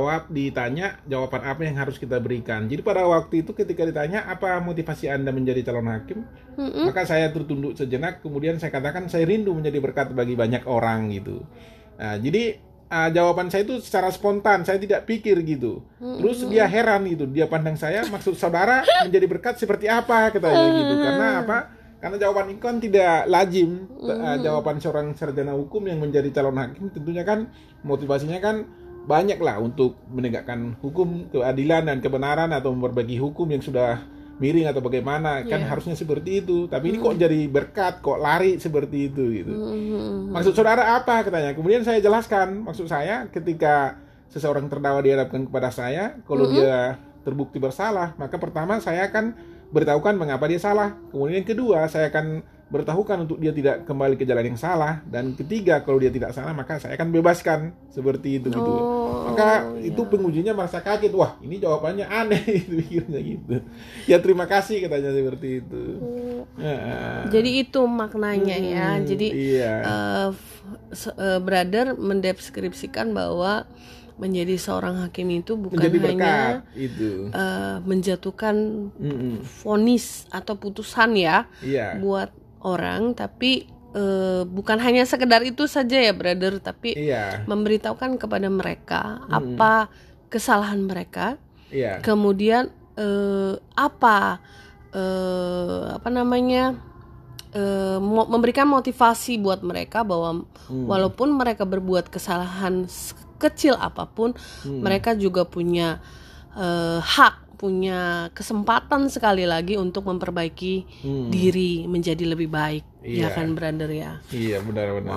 B: ditanya jawaban apa yang harus kita berikan. Jadi pada waktu itu ketika ditanya apa motivasi Anda menjadi calon hakim, maka saya tertunduk sejenak, kemudian saya katakan saya rindu menjadi berkat bagi banyak orang gitu. Nah, jadi jawaban saya itu secara spontan, saya tidak pikir gitu. Terus dia heran gitu, dia pandang saya, maksud saudara menjadi berkat seperti apa, katanya gitu. Karena apa? Karena jawaban itu kan tidak lazim. Jawaban seorang sarjana hukum yang menjadi calon hakim tentunya kan motivasinya kan banyak lah untuk menegakkan hukum, keadilan dan kebenaran atau memperbaiki hukum yang sudah miring atau bagaimana, kan harusnya seperti itu. Tapi ini kok jadi berkat, kok lari seperti itu gitu. Maksud saudara apa, katanya. Kemudian saya jelaskan, maksud saya ketika seseorang terdakwa dihadapkan kepada saya, kalau dia terbukti bersalah, maka pertama saya akan beritahukan mengapa dia salah. Kemudian yang kedua, saya akan beritahukan untuk dia tidak kembali ke jalan yang salah. Dan ketiga, kalau dia tidak salah, maka saya akan bebaskan seperti itu gitu. Maka itu pengujinya merasa kaget, wah ini jawabannya aneh itu pikirnya gitu. Ya terima kasih, katanya seperti itu.
A: Jadi itu maknanya ya. Jadi
B: Iya.
A: brother mendeskripsikan bahwa menjadi seorang hakim itu bukan
B: Menjadi
A: hanya
B: berkat itu.
A: menjatuhkan vonis atau putusan ya
B: Iya.
A: buat orang, tapi bukan hanya sekedar itu saja ya brother, tapi
B: Iya.
A: memberitahukan kepada mereka apa kesalahan mereka,
B: Iya.
A: kemudian apa namanya, memberikan motivasi buat mereka bahwa walaupun mereka berbuat kesalahan kecil apapun, mereka juga punya hak, punya kesempatan sekali lagi untuk memperbaiki diri menjadi lebih baik. Ya
B: Iya.
A: kan brother ya.
B: Iya, benar-benar.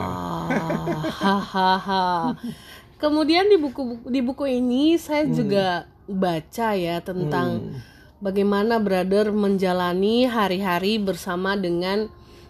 A: Hahaha. Kemudian di buku ini saya juga baca ya tentang bagaimana brother menjalani hari-hari bersama dengan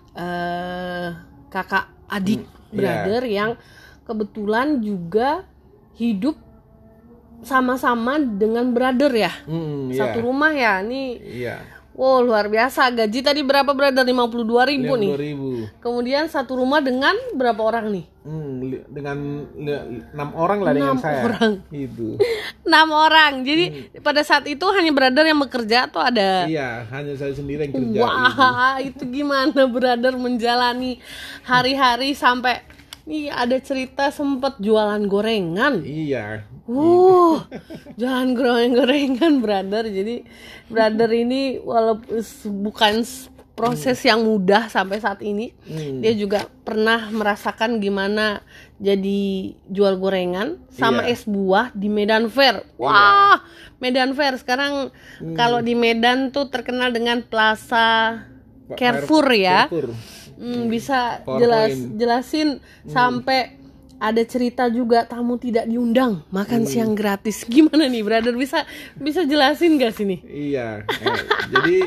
A: kakak adik brother yang kebetulan juga hidup sama-sama dengan brother ya. Satu rumah ya. Nih.
B: Iya.
A: Wow, luar biasa. Gaji tadi berapa brother? 52.000 nih.
B: 52.000.
A: Kemudian satu rumah dengan berapa orang nih?
B: Dengan 6 orang lah dengan
A: 6
B: saya.
A: orang.
B: Itu.
A: 6 orang. Jadi pada saat itu hanya brother yang bekerja atau ada?
B: Iya, hanya saya sendiri yang kerja.
A: Wah, itu gimana brother menjalani hari-hari sampai nih ada cerita sempat jualan gorengan.
B: Iya.
A: Jualan gorengan brother. Jadi brother ini walaupun bukan proses yang mudah sampai saat ini, dia juga pernah merasakan gimana jadi jual gorengan sama es buah di Medan Fair. Wah, Medan Fair sekarang kalau di Medan tuh terkenal dengan Plaza Carrefour ya. Bisa jelasin sampai ada cerita juga tamu tidak diundang makan siang gratis. Gimana nih brother, bisa jelasin gak sini?
B: Iya. Jadi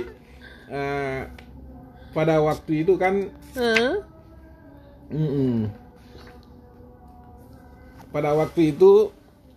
B: pada waktu itu kan pada waktu itu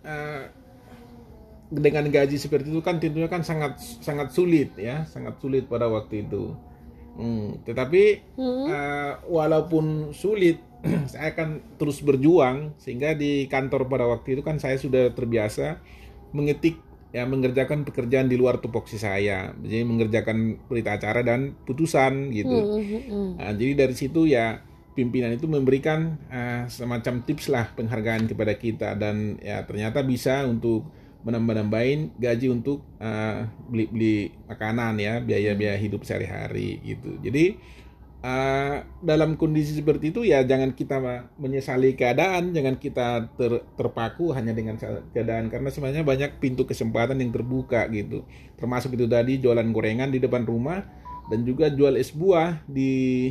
B: dengan gaji seperti itu kan tentunya kan sangat sulit ya, sangat sulit pada waktu itu. Tetapi walaupun sulit, saya akan terus berjuang sehingga di kantor pada waktu itu kan saya sudah terbiasa mengetik ya, mengerjakan pekerjaan di luar tupoksi saya, jadi mengerjakan berita acara dan putusan gitu. Jadi dari situ ya pimpinan itu memberikan semacam tips lah, penghargaan kepada kita, dan ya ternyata bisa untuk menambah-nambahin gaji untuk beli makanan ya, biaya-biaya hidup sehari-hari gitu. Jadi dalam kondisi seperti itu ya jangan kita menyesali keadaan, jangan kita terpaku hanya dengan keadaan, karena sebenarnya banyak pintu kesempatan yang terbuka gitu. Termasuk itu tadi jualan gorengan di depan rumah dan juga jual es buah di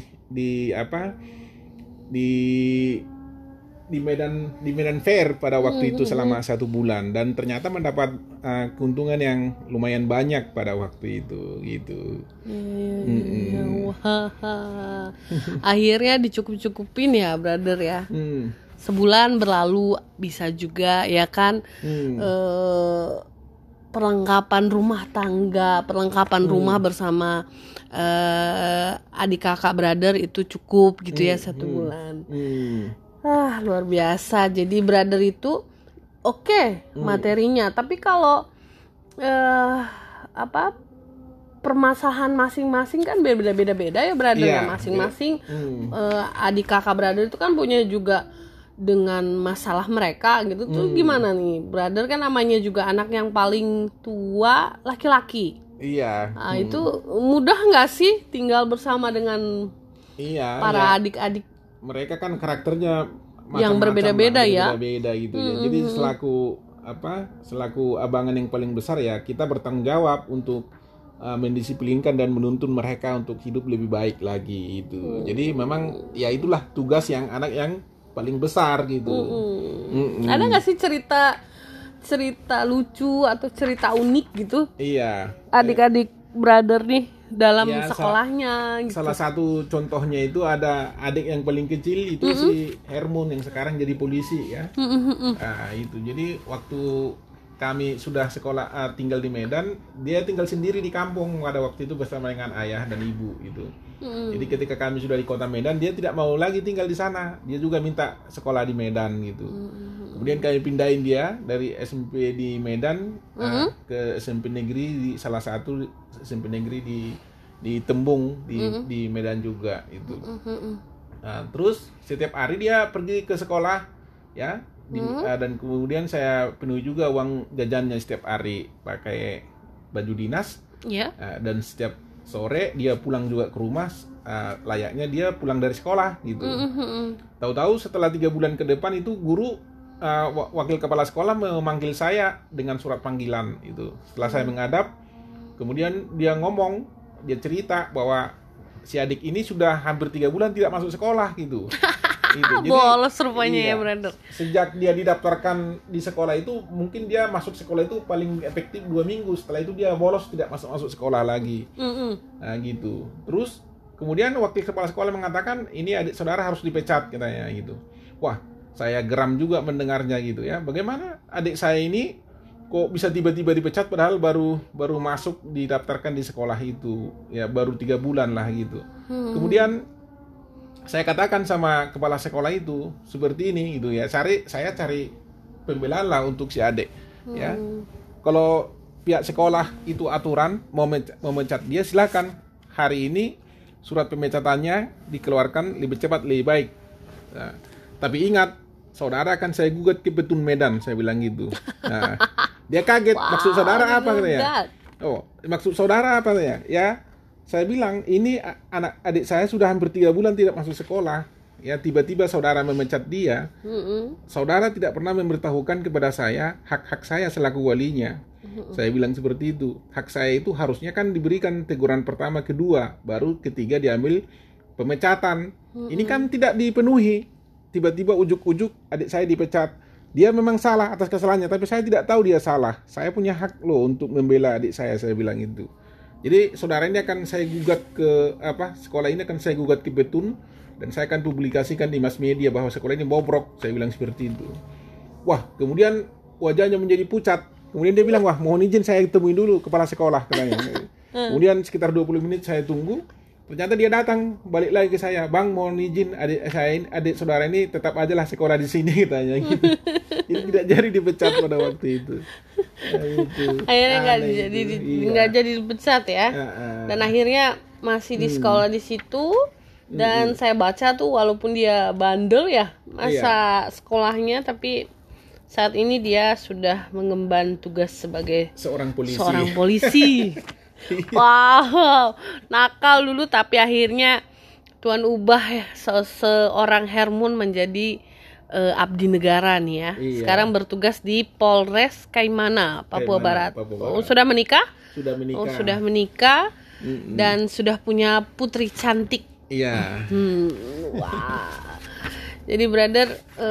B: Medan Fair pada waktu itu selama 1 bulan, dan ternyata mendapat keuntungan yang lumayan banyak pada waktu itu gitu.
A: Akhirnya dicukup-cukupin ya brother ya. Sebulan berlalu bisa juga ya kan. Perlengkapan rumah tangga, perlengkapan rumah bersama adik kakak brother itu cukup gitu ya 1 bulan. Luar biasa. Jadi brother itu oke, materinya, tapi kalau permasalahan masing-masing kan beda-beda ya brother ya, masing-masing. Adik kakak brother itu kan punya juga dengan masalah mereka gitu. Tuh gimana nih brother, kan namanya juga anak yang paling tua laki-laki.
B: Iya.
A: Itu mudah nggak sih tinggal bersama dengan para adik-adik?
B: Mereka kan karakternya
A: yang berbeda-beda ya.
B: Berbeda gitu ya. Jadi selaku abangan yang paling besar ya, kita bertanggung jawab untuk mendisiplinkan dan menuntun mereka untuk hidup lebih baik lagi itu. Jadi memang ya itulah tugas yang anak yang paling besar gitu.
A: Ada nggak sih cerita lucu atau cerita unik gitu?
B: Iya.
A: Adik-adik brother nih dalam sekolahnya gitu.
B: Salah satu contohnya itu ada adik yang paling kecil itu si Hermon yang sekarang jadi polisi ya. Nah, itu jadi waktu kami sudah sekolah tinggal di Medan, dia tinggal sendiri di kampung pada waktu itu bersama dengan ayah dan ibu itu. Jadi ketika kami sudah di kota Medan, dia tidak mau lagi tinggal di sana. Dia juga minta sekolah di Medan gitu. Kemudian kami pindahin dia dari SMP di Medan ke SMP negeri di salah satu SMP negeri di Tembung di Medan juga itu. Nah, terus setiap hari dia pergi ke sekolah ya. Dan kemudian saya penuhi juga uang jajannya setiap hari pakai baju dinas. Dan setiap sore dia pulang juga ke rumah, layaknya dia pulang dari sekolah gitu. Tahu-tahu setelah 3 bulan ke depan itu guru wakil kepala sekolah memanggil saya dengan surat panggilan itu. Setelah saya menghadap, kemudian dia cerita bahwa si adik ini sudah hampir 3 bulan tidak masuk sekolah gitu. Jadi,
A: bolos rupanya ya brother.
B: Sejak dia didaftarkan di sekolah itu, mungkin dia masuk sekolah itu paling efektif 2 minggu. Setelah itu dia bolos, tidak masuk sekolah lagi. Nah gitu. Terus kemudian wakil kepala sekolah mengatakan ini adik saudara harus dipecat katanya gitu. Wah, saya geram juga mendengarnya gitu ya. Bagaimana adik saya ini kok bisa tiba-tiba dipecat padahal baru masuk didaftarkan di sekolah itu ya, baru 3 bulan lah gitu. Kemudian saya katakan sama kepala sekolah itu seperti ini gitu ya, saya cari pembelaan lah untuk si adik ya. Kalau pihak sekolah itu aturan mau memecat dia, silakan. Hari ini surat pemecatannya dikeluarkan lebih cepat lebih baik. Nah, tapi ingat, saudara akan saya gugat ke Petun Medan, saya bilang gitu. Nah, dia kaget. Maksud saudara apa katanya? Maksud saudara apa katanya? Ya, saya bilang ini adik saya sudah hampir 3 bulan tidak masuk sekolah. Ya, tiba-tiba saudara memecat dia. Saudara tidak pernah memberitahukan kepada saya hak-hak saya selaku walinya. Saya bilang seperti itu. Hak saya itu harusnya kan diberikan teguran pertama, kedua, baru ketiga diambil pemecatan. Ini kan tidak dipenuhi. Tiba-tiba ujuk-ujuk adik saya dipecat. Dia memang salah atas kesalahannya, tapi saya tidak tahu dia salah. Saya punya hak loh untuk membela adik saya bilang itu. Jadi saudara ini akan saya gugat ke sekolah ini akan saya gugat ke Petun, dan saya akan publikasikan di mass media bahwa sekolah ini bobrok, saya bilang seperti itu. Wah, kemudian wajahnya menjadi pucat. Kemudian dia bilang, wah mohon izin saya temuin dulu kepala sekolah katanya. Kemudian sekitar 20 menit saya tunggu. Ternyata dia datang balik lagi ke saya, bang mohon izin adik saudara ini tetap aja lah sekolah di sini katanya gitu. Jadi tidak jadi dipecat pada waktu itu.
A: Akhirnya nggak jadi dipecat ya. Dan akhirnya masih di sekolah di situ. Dan saya baca tuh walaupun dia bandel ya masa sekolahnya, tapi saat ini dia sudah mengemban tugas sebagai seorang polisi. Wow, nakal dulu tapi akhirnya Tuhan ubah ya seorang Hermun menjadi abdi negara nih ya. Sekarang bertugas di Polres Kaimana, Papua Barat. Oh, sudah menikah? Sudah menikah. Dan sudah punya putri cantik.
B: Iya.
A: Wah. Jadi brother,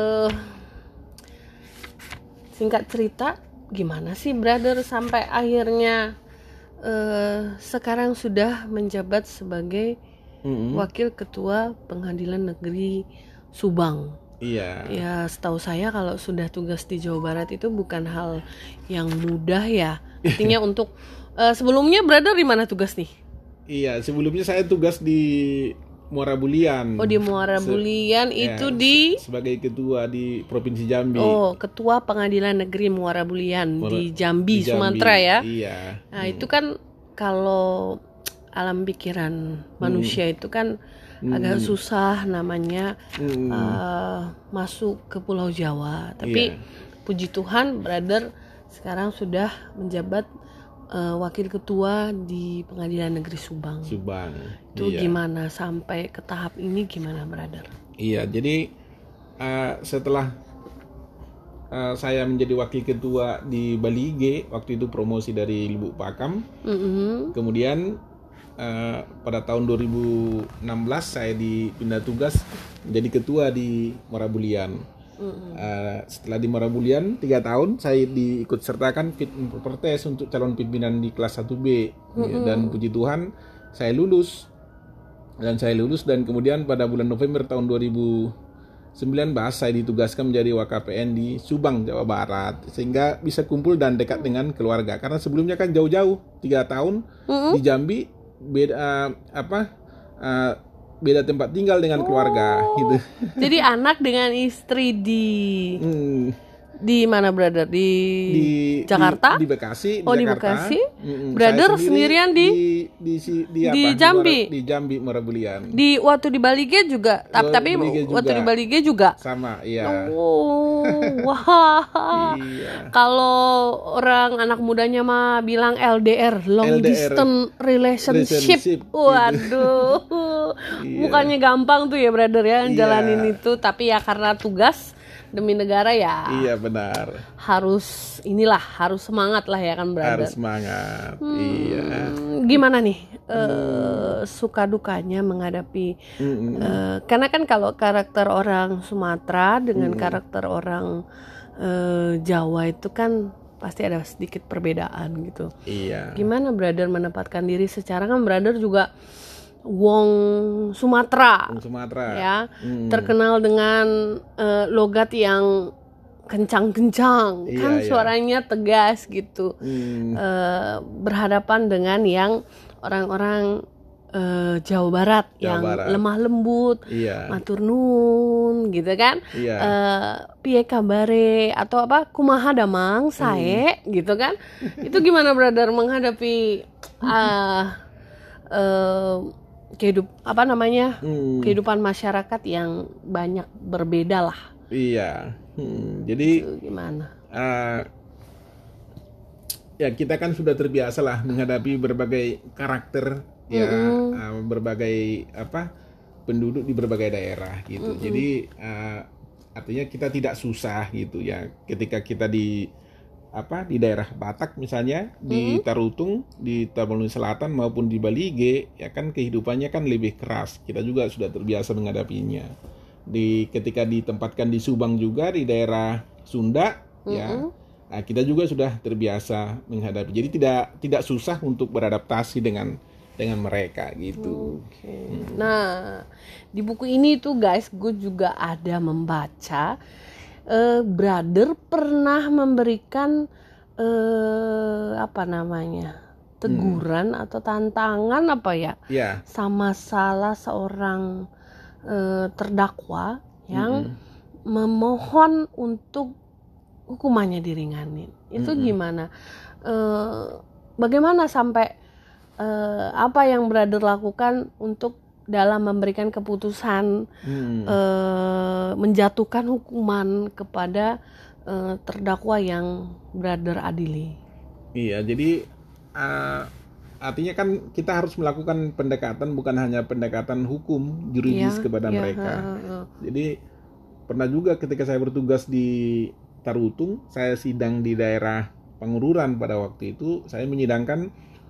A: singkat cerita, gimana sih brother sampai akhirnya sekarang sudah menjabat sebagai wakil ketua Pengadilan Negeri Subang.
B: Iya.
A: Ya, setahu saya kalau sudah tugas di Jawa Barat itu bukan hal yang mudah ya. Artinya untuk sebelumnya brother di mana tugas nih?
B: Iya, sebelumnya saya tugas di Muara Bulian.
A: Oh, di Muara Bulian itu di
B: sebagai ketua di Provinsi Jambi.
A: Oh, ketua Pengadilan Negeri Muara Bulian di Jambi, Sumatera ya.
B: Iya.
A: Nah, itu kan kalau alam pikiran manusia itu kan agak susah namanya masuk ke Pulau Jawa. Tapi puji Tuhan, brother sekarang sudah menjabat wakil ketua di Pengadilan Negeri Subang. Itu gimana sampai ke tahap ini gimana, brother?
B: Iya, jadi setelah saya menjadi wakil ketua di Bali IG, waktu itu promosi dari Lubuk Pakam. Kemudian pada tahun 2016 saya dipindah tugas menjadi ketua di Muara Bulian. Setelah di Muara Bulian 3 tahun saya diikut sertakan fit and proper test untuk calon pimpinan di kelas 1B. Dan puji Tuhan saya lulus dan kemudian pada bulan November tahun 2019 saya ditugaskan menjadi WKPN di Subang, Jawa Barat, sehingga bisa kumpul dan dekat dengan keluarga, karena sebelumnya kan jauh-jauh 3 tahun di Jambi, beda beda tempat tinggal dengan keluarga gitu.
A: Jadi anak dengan istri di mana, brother? Di Jakarta?
B: Di Bekasi.
A: Di
B: Jakarta.
A: Bekasi. Brother sendirian di Jambi.
B: Di Jambi Merebulian.
A: Waktu di Balige juga. Tapi waktu di Balige juga.
B: Sama, iya.
A: Oh, wah. Iya. Kalau orang anak mudanya mah bilang LDR, long distance relationship. Waduh. Bukannya gampang tuh ya, brother ya, jalanin itu, tapi ya karena tugas demi negara ya.
B: Iya, benar.
A: Harus semangat lah ya kan, brother.
B: Harus semangat. Iya.
A: Gimana nih suka dukanya menghadapi karena kan kalau karakter orang Sumatera dengan karakter orang Jawa itu kan pasti ada sedikit perbedaan gitu.
B: Iya.
A: Gimana brother menempatkan diri secara, kan brother juga Wong Sumatera ya, terkenal dengan logat yang kencang-kencang, kan suaranya tegas gitu, berhadapan dengan yang orang-orang Jawa Barat yang lemah lembut, matur nuwun gitu kan, piye kabare atau apa kumaha damang sae gitu kan. Itu gimana brother menghadapi kehidupan masyarakat yang banyak berbeda lah.
B: Iya. Jadi
A: itu gimana?
B: Ya kita kan sudah terbiasa lah menghadapi berbagai karakter berbagai penduduk di berbagai daerah gitu. Jadi artinya kita tidak susah gitu ya ketika kita di daerah Batak misalnya, di Tarutung, di Tapanuli Selatan maupun di Balige, ya kan kehidupannya kan lebih keras. Kita juga sudah terbiasa menghadapinya. Ketika ditempatkan di Subang juga di daerah Sunda, nah, kita juga sudah terbiasa menghadapi. Jadi tidak susah untuk beradaptasi dengan mereka gitu.
A: Nah, di buku ini tuh guys, gue juga ada membaca. Brother pernah memberikan teguran atau tantangan sama salah seorang terdakwa yang memohon untuk hukumannya diringanin. Itu gimana? Bagaimana sampai apa yang brother lakukan untuk dalam memberikan keputusan menjatuhkan hukuman kepada terdakwa yang brother adili?
B: Iya, jadi artinya kan kita harus melakukan pendekatan, bukan hanya pendekatan hukum juridis kepada mereka. Jadi pernah juga ketika saya bertugas di Tarutung, saya sidang di daerah Pangururan pada waktu itu, saya menyidangkan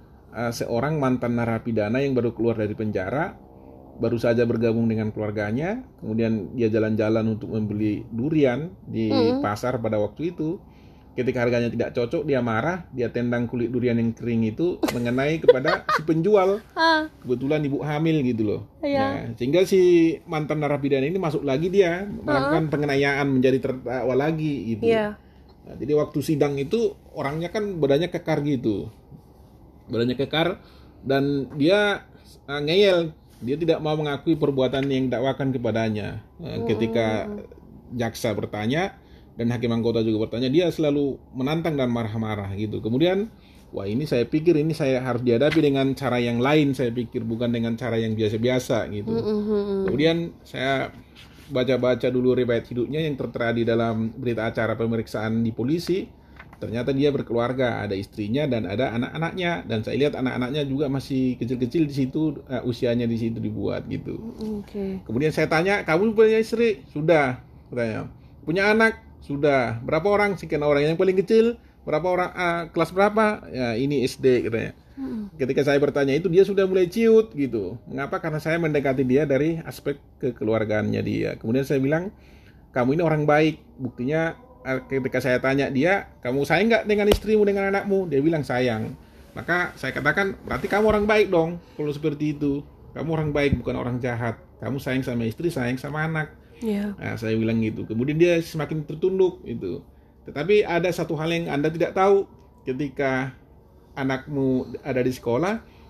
B: seorang mantan narapidana yang baru keluar dari penjara, baru saja bergabung dengan keluarganya, kemudian dia jalan-jalan untuk membeli durian di pasar pada waktu itu. Ketika harganya tidak cocok, dia marah, dia tendang kulit durian yang kering itu mengenai kepada si penjual. Kebetulan ibu hamil gitu loh. Nah, sehingga si mantan narapidana ini masuk lagi, dia melakukan penganiayaan, menjadi terdakwa lagi gitu. Nah, jadi waktu sidang itu orangnya kan badannya kekar gitu. Badannya kekar dan dia ngeyel. Dia tidak mau mengakui perbuatan yang dakwakan kepadanya. Ketika jaksa bertanya dan hakim anggota juga bertanya, dia selalu menantang dan marah-marah gitu. Kemudian, wah ini saya pikir ini saya harus dihadapi dengan cara yang lain, saya pikir bukan dengan cara yang biasa-biasa gitu. Kemudian saya baca-baca dulu riwayat hidupnya yang tertera di dalam berita acara pemeriksaan di polisi. Ternyata dia berkeluarga, ada istrinya dan ada anak-anaknya, dan saya lihat anak-anaknya juga masih kecil-kecil di situ, usianya di situ dibuat gitu. Kemudian saya tanya, kamu punya istri? Sudah, katanya. Punya anak? Sudah. Berapa orang? Sekian orang. Yang paling kecil berapa orang? Kelas berapa? Ya ini SD, katanya. Ketika saya bertanya itu, dia sudah mulai ciut gitu. Mengapa? Karena saya mendekati dia dari aspek kekeluargaannya dia. Kemudian saya bilang, kamu ini orang baik. Buktinya ketika saya tanya dia, kamu sayang nggak dengan istrimu, dengan anakmu? Dia bilang sayang. Maka saya katakan, berarti kamu orang baik dong. Kalau seperti itu, kamu orang baik, bukan orang jahat. Kamu sayang sama istri, sayang sama anak. Nah, saya bilang gitu. Kemudian dia semakin tertunduk itu. Tetapi ada satu hal yang Anda tidak tahu. Ketika anakmu ada di sekolah,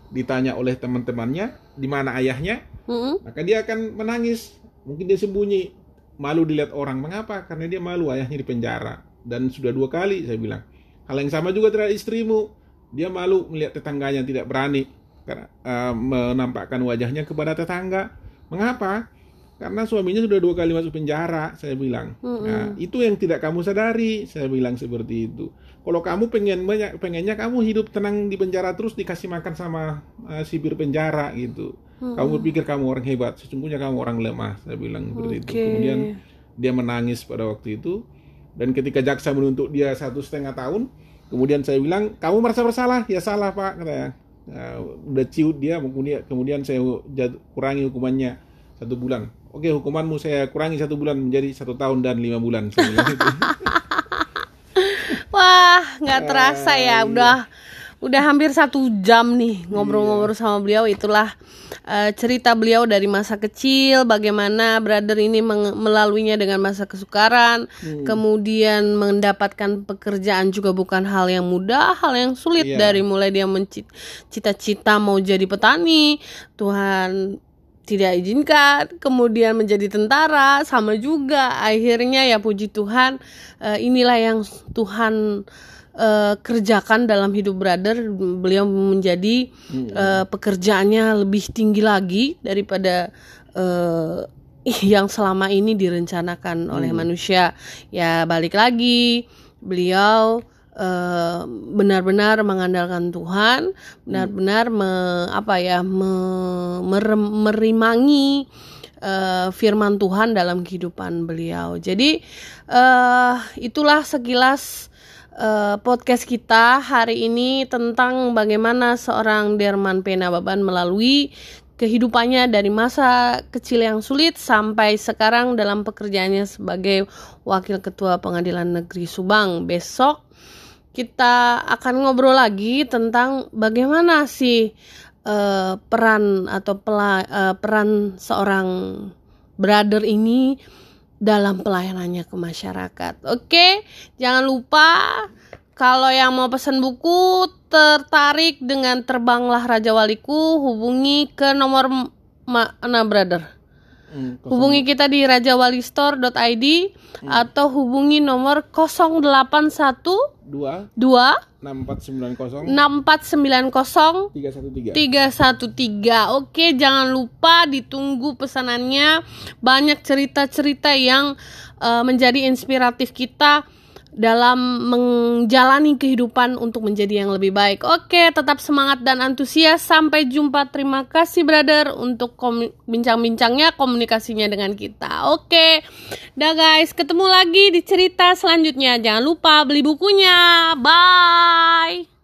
B: ditanya oleh teman-temannya di mana ayahnya, maka dia akan menangis. Mungkin dia sembunyi, malu dilihat orang. Mengapa? Karena dia malu ayahnya di penjara. Dan sudah 2 kali saya bilang. Hal yang sama juga terhadap istrimu. Dia malu melihat tetangganya, tidak berani menampakkan wajahnya kepada tetangga. Mengapa? Karena suaminya sudah 2 kali masuk penjara, saya bilang. Nah, itu yang tidak kamu sadari, saya bilang seperti itu. Kalau kamu pengennya kamu hidup tenang di penjara terus dikasih makan sama sipir penjara gitu. Kamu berpikir kamu orang hebat, sesungguhnya kamu orang lemah, saya bilang seperti itu. Kemudian dia menangis pada waktu itu. Dan ketika jaksa menuntut dia 1,5 tahun, kemudian saya bilang, kamu merasa bersalah? Ya salah Pak, katanya. Udah ciut dia, kemudian saya kurangi hukumannya 1 bulan. Oke, hukumanmu saya kurangi 1 bulan menjadi 1 tahun dan 5 bulan. Saya bilang gitu.
A: Wah, nggak terasa ya, udah hampir 1 jam nih ngobrol-ngobrol sama beliau. Itulah cerita beliau dari masa kecil, bagaimana brother ini melaluinya dengan masa kesukaran, kemudian mendapatkan pekerjaan juga bukan hal yang mudah, hal yang sulit. Dari mulai dia cita-cita mau jadi petani, Tuhan tidak izinkan, kemudian menjadi tentara, sama juga akhirnya ya puji Tuhan, inilah yang Tuhan kerjakan dalam hidup brother. Beliau menjadi pekerjaannya lebih tinggi lagi daripada yang selama ini direncanakan oleh manusia. Ya balik lagi, beliau benar-benar mengandalkan Tuhan, benar-benar merimangi firman Tuhan dalam kehidupan beliau. Jadi itulah sekilas podcast kita hari ini tentang bagaimana seorang Derman P. Nababan melalui kehidupannya dari masa kecil yang sulit sampai sekarang dalam pekerjaannya sebagai Wakil Ketua Pengadilan Negeri Subang. Besok kita akan ngobrol lagi tentang bagaimana sih peran seorang brother ini dalam pelayanannya ke masyarakat. Oke, jangan lupa kalau yang mau pesan buku, tertarik dengan Terbanglah Raja Waliku, hubungi ke nomor mana brother? Hubungi kita di rajawalistore.id atau hubungi nomor 081 2 6490 313. Oke, jangan lupa ditunggu pesanannya. Banyak cerita-cerita yang menjadi inspiratif kita dalam menjalani kehidupan untuk menjadi yang lebih baik. Oke, tetap semangat dan antusias. Sampai jumpa. Terima kasih brother untuk bincang-bincangnya, komunikasinya dengan kita. Oke, dah guys, ketemu lagi di cerita selanjutnya. Jangan lupa beli bukunya. Bye.